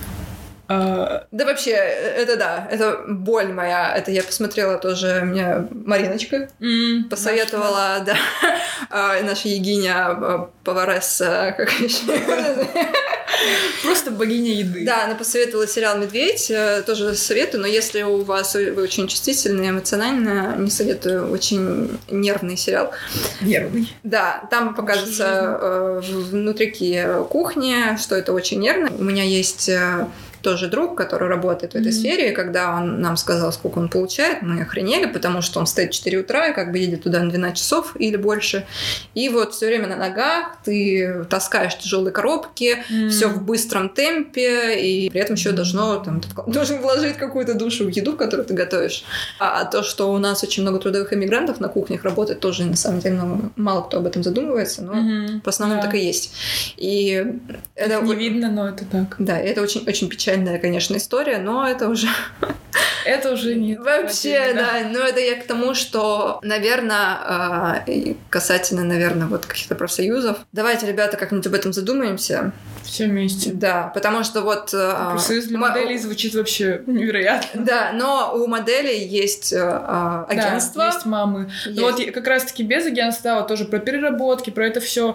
Да вообще, это боль моя. Это я посмотрела тоже, мне Мариночка посоветовала, наша Егиня, поваресса, как еще. Просто богиня еды. Да, она посоветовала сериал «Медведь», тоже советую, но если у вас вы очень чувствительны, эмоционально, не советую, очень нервный сериал. Нервный. Да, там показывается внутрики кухни, что это очень нервно. У меня есть... тоже друг, который работает в этой сфере, и когда он нам сказал, сколько он получает, мы охренели, потому что он стоит в 4 утра и как бы едет туда на 12 часов или больше. И вот все время на ногах, ты таскаешь тяжелые коробки, все в быстром темпе, и при этом еще должен вложить какую-то душу в еду, которую ты готовишь. А то, что у нас очень много трудовых иммигрантов на кухнях работает, тоже на самом деле мало кто об этом задумывается, но в основном так и есть. И это не видно, но это так. Да, это очень печальная, конечно, история, но это уже... Это уже не... Вообще, да. Но это я к тому, что, наверное, касательно, наверное, вот каких-то профсоюзов. Давайте, ребята, как-нибудь об этом задумаемся. Все вместе. Да, потому что вот... Профсоюз для моделей звучит вообще невероятно. Да, но у моделей есть агентство. Да, есть мамы. Есть. Но вот как раз-таки без агентства, вот тоже про переработки, про это все,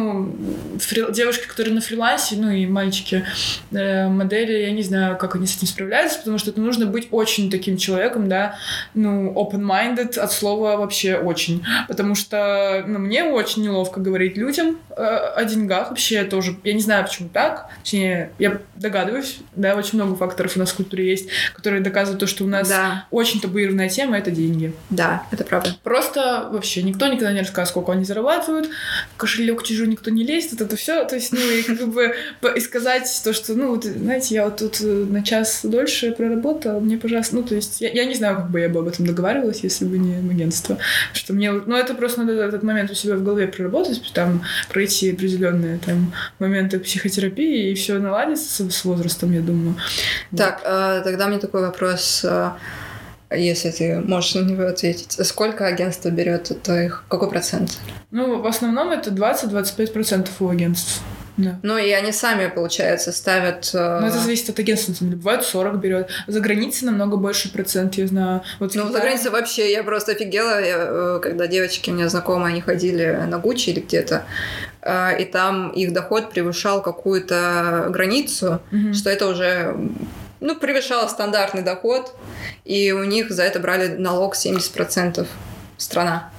девушки, которые на фрилансе, и мальчики, модели, я не знаю, как они с этим справляются, потому что это нужно быть очень таким человеком, да, open-minded от слова вообще очень. Потому что, мне очень неловко говорить людям о деньгах вообще тоже. Я не знаю, почему так. Точнее, я догадываюсь, да, очень много факторов у нас в культуре есть, которые доказывают то, что у нас очень табуированная тема — это деньги. Да, это правда. Просто вообще никто никогда не рассказывает, сколько они зарабатывают, в кошелек чужой никто не лезет, вот это все. То есть, и как бы и сказать то, что, знаете, я вот тут на час дольше проработала, мне, пожалуйста, то есть я не знаю, как бы я бы об этом договаривалась, если бы не агентство, что мне, это просто надо этот момент у себя в голове проработать, там пройти определенные там моменты психотерапии, и все наладится с возрастом, я думаю. Так, тогда мне такой вопрос, если ты можешь на него ответить. Сколько агентство берет от твоих, какой процент? В основном это 20-25% у агентств. Да. И они сами, получается, ставят... это зависит от агентства. Бывает 40 берет. За границей намного больше процент, я знаю. Вот за границей вообще я просто офигела, когда девочки у меня знакомые, они ходили на Гуччи или где-то, и там их доход превышал какую-то границу, что это уже... превышало стандартный доход, и у них за это брали налог 70% страна.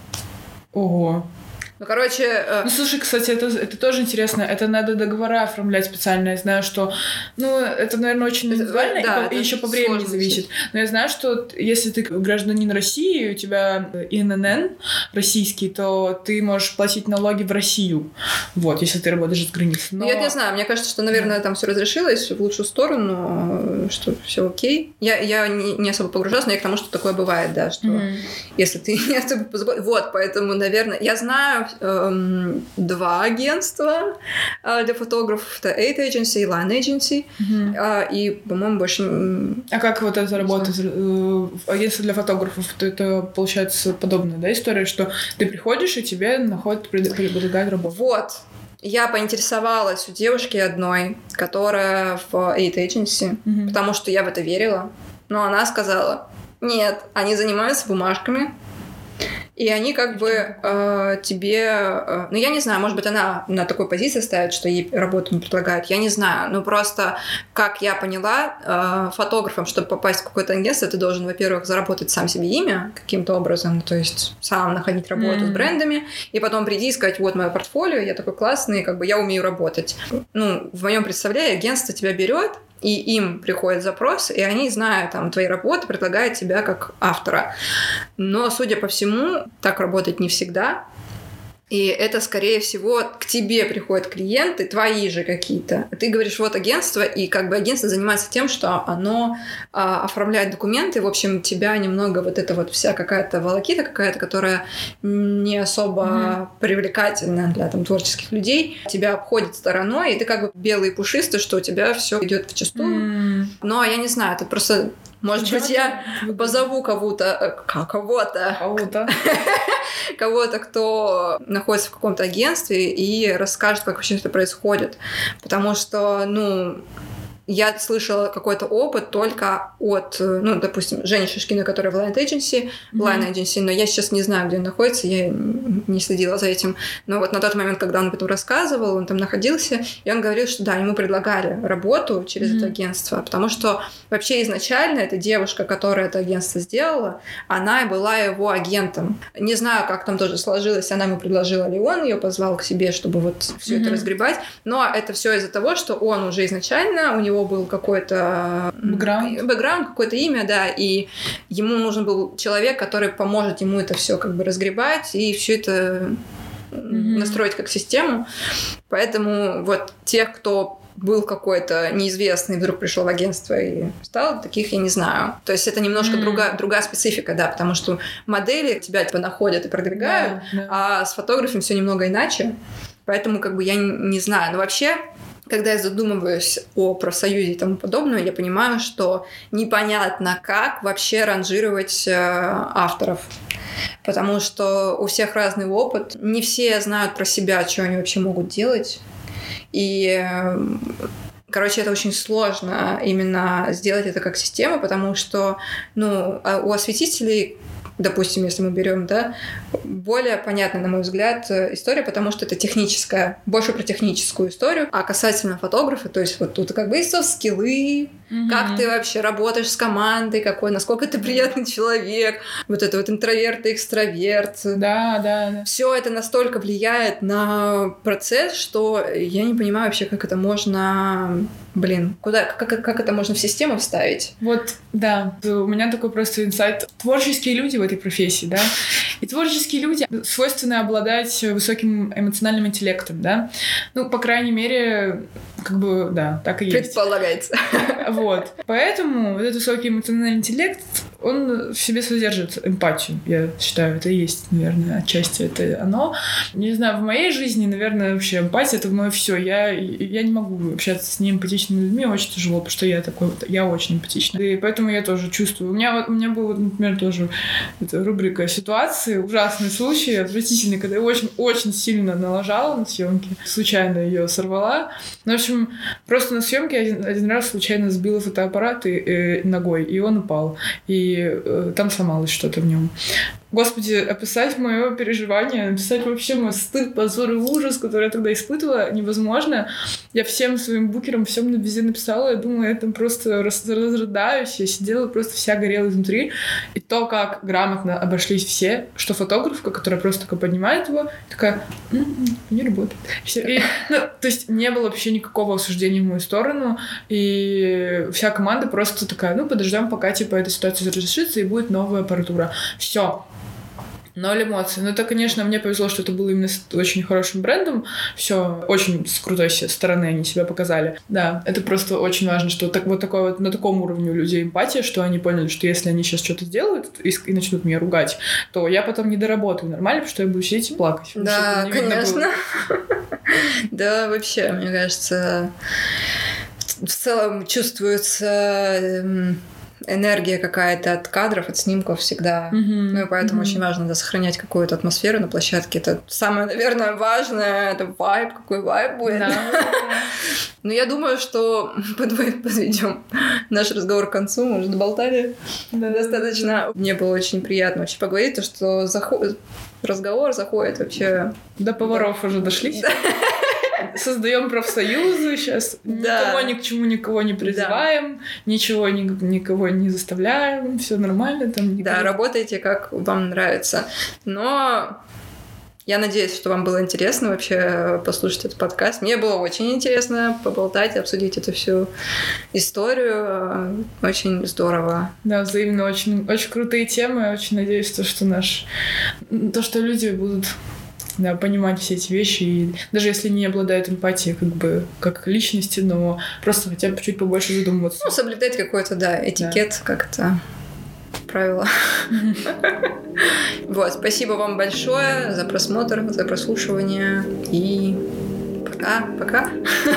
Ого. Слушай, кстати, это тоже интересно. Это надо договора оформлять специально. Я знаю, что... это, наверное, очень индивидуально, и еще по времени зависит. Но я знаю, что если ты гражданин России, у тебя ИНН российский, то ты можешь платить налоги в Россию. Вот, если ты работаешь с границы. Я не знаю. Мне кажется, что, наверное, там все разрешилось в лучшую сторону, что все окей. Я не особо погружалась, но я к тому, что такое бывает, да, что если ты не особо позаботишься... Вот, поэтому, наверное, я знаю 2 агентства для фотографов. Это Eight Agency и Line Agency. И, по-моему, больше... А как вот это работает? Агентство для фотографов, то это, получается, подобная, да, история, что ты приходишь, и тебе предлагают работу? Вот. Я поинтересовалась у девушки одной, которая в Eight Agency, потому что я в это верила. Но она сказала, нет, они занимаются бумажками, и они как бы тебе... ну, я не знаю, может быть, она на такой позиции ставит, что ей работу не предлагают. Я не знаю. Ну, просто, как я поняла, фотографом, чтобы попасть в какое-то агентство, ты должен, во-первых, заработать сам себе имя каким-то образом, то есть сам находить работу с брендами, и потом приди и сказать, вот мое портфолио, я такой классный, как бы я умею работать. Ну, в моем представлении агентство тебя берет, и им приходит запрос, и они, зная там твои работы, предлагают тебя как автора. Но, судя по всему, так работать не всегда. И это, скорее всего, к тебе приходят клиенты, твои же какие-то. Ты говоришь, вот агентство, и как бы агентство занимается тем, что оно оформляет документы. В общем, тебя немного вот эта вот вся какая-то волокита какая-то, которая не особо привлекательна для там творческих людей, тебя обходит стороной, и ты как бы белый и пушистый, что у тебя все идет вчистую. Но я не знаю, это просто... Может быть, я позову кого-то, кто находится в каком-то агентстве и расскажет, как вообще это происходит. Потому что, ну, я слышала какой-то опыт только от, ну, допустим, Жени Шишкина, которая в Line Agency, но я сейчас не знаю, где он находится, я не следила за этим. Но вот на тот момент, когда он об этом рассказывал, он там находился, и он говорил, что да, ему предлагали работу через это агентство, потому что вообще изначально эта девушка, которая это агентство сделала, она была его агентом. Не знаю, как там тоже сложилось, она ему предложила, или он ее позвал к себе, чтобы вот все это разгребать, но это все из-за того, что он уже изначально, у него был какой-то бэкграунд, какое-то имя, да, и ему нужен был человек, который поможет ему это все как бы разгребать и все это настроить как систему. Поэтому вот тех, кто был какой-то неизвестный, вдруг пришел в агентство и стал, таких я не знаю. То есть это немножко другая специфика, да, потому что модели тебя типа находят и продвигают, а с фотографом все немного иначе. Поэтому как бы я не знаю. Но вообще, когда я задумываюсь о профсоюзе и тому подобное, я понимаю, что непонятно, как вообще ранжировать авторов. Потому что у всех разный опыт. Не все знают про себя, что они вообще могут делать. И, короче, это очень сложно именно сделать это как систему, потому что, ну, у осветителей, допустим, если мы берем, да, более понятная, на мой взгляд, история, потому что это техническая, больше про техническую историю. А касательно фотографа, то есть вот тут как бы есть софт-скиллы, как ты вообще работаешь с командой, насколько ты приятный человек, вот это вот интроверт и экстраверт. Да. Все это настолько влияет на процесс, что я не понимаю вообще, как это можно... как это можно в систему вставить? Вот, да. У меня такой просто инсайт. Творческие люди в этой профессии, да? И творческие люди свойственны обладать высоким эмоциональным интеллектом, да? Ну, по крайней мере, как бы, да, так и есть. Предполагается. Вот. Поэтому вот этот высокий эмоциональный интеллект, он в себе содержит эмпатию. Я считаю, это и есть, наверное, отчасти это оно. Не знаю, в моей жизни, наверное, вообще эмпатия — это мое все. Я не могу общаться с неэмпатичными людьми, очень тяжело, потому что я такой вот, я очень эмпатична. И поэтому я тоже чувствую. У меня был, например, тоже эта рубрика ситуации, ужасный случай, отвратительный, когда я очень сильно налажала на съемке, случайно ее сорвала. Ну, в общем, просто на съемке один раз случайно сбила фотоаппарат ногой, и он упал. И там сломалось что-то в нем. Господи, описать мое переживание, описать вообще мой стыд, позор и ужас, который я тогда испытывала, невозможно. Я всем своим букерам, всем везде написала, я думаю, я там просто разрыдаюсь, я сидела, просто вся горела изнутри. И то, как грамотно обошлись все, что фотографка, которая просто такая поднимает его, такая, не работает. И, то есть не было вообще никакого осуждения в мою сторону, и вся команда просто такая, подождем, пока, эта ситуация разрешится, и будет новая аппаратура. Все. Ноль эмоций. Ну, это, конечно, мне повезло, что это было именно с очень хорошим брендом. Все очень с крутой стороны они себя показали. Да, это просто очень важно, что на таком уровне у людей эмпатия, что они поняли, что если они сейчас что-то сделают и начнут меня ругать, то я потом не доработаю нормально, потому что я буду сидеть и плакать. Да, конечно. Да, вообще, мне кажется, в целом чувствуется энергия какая-то от кадров, от снимков всегда. Ну и поэтому очень важно сохранять какую-то атмосферу на площадке. Это самое, наверное, важное. Это вайб. Какой вайб будет. Но я думаю, что подведем наш разговор к концу. Мы уже доболтали достаточно. Мне было очень приятно вообще поговорить, то что разговор заходит вообще... До поваров уже дошли. Создаем профсоюзы сейчас, никого ни к чему никого не призываем, ничего никого не заставляем, все нормально. Да, работайте, как вам нравится. Но я надеюсь, что вам было интересно вообще послушать этот подкаст. Мне было очень интересно поболтать, обсудить эту всю историю. Очень здорово. Да, взаимно очень, очень крутые темы. Очень надеюсь, что люди будут понимать все эти вещи, и даже если не обладают эмпатией как личности, но просто хотя бы чуть побольше задумываться. Ну, соблюдать какой-то, этикет, как-то правила. Вот, спасибо вам большое за просмотр, за прослушивание, и пока.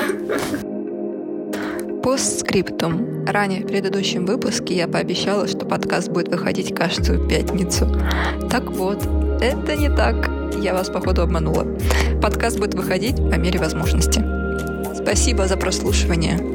Постскриптум. Ранее в предыдущем выпуске я пообещала, что подкаст будет выходить каждую пятницу. Так вот, это не так. Я вас, походу, обманула. Подкаст будет выходить по мере возможности. Спасибо за прослушивание.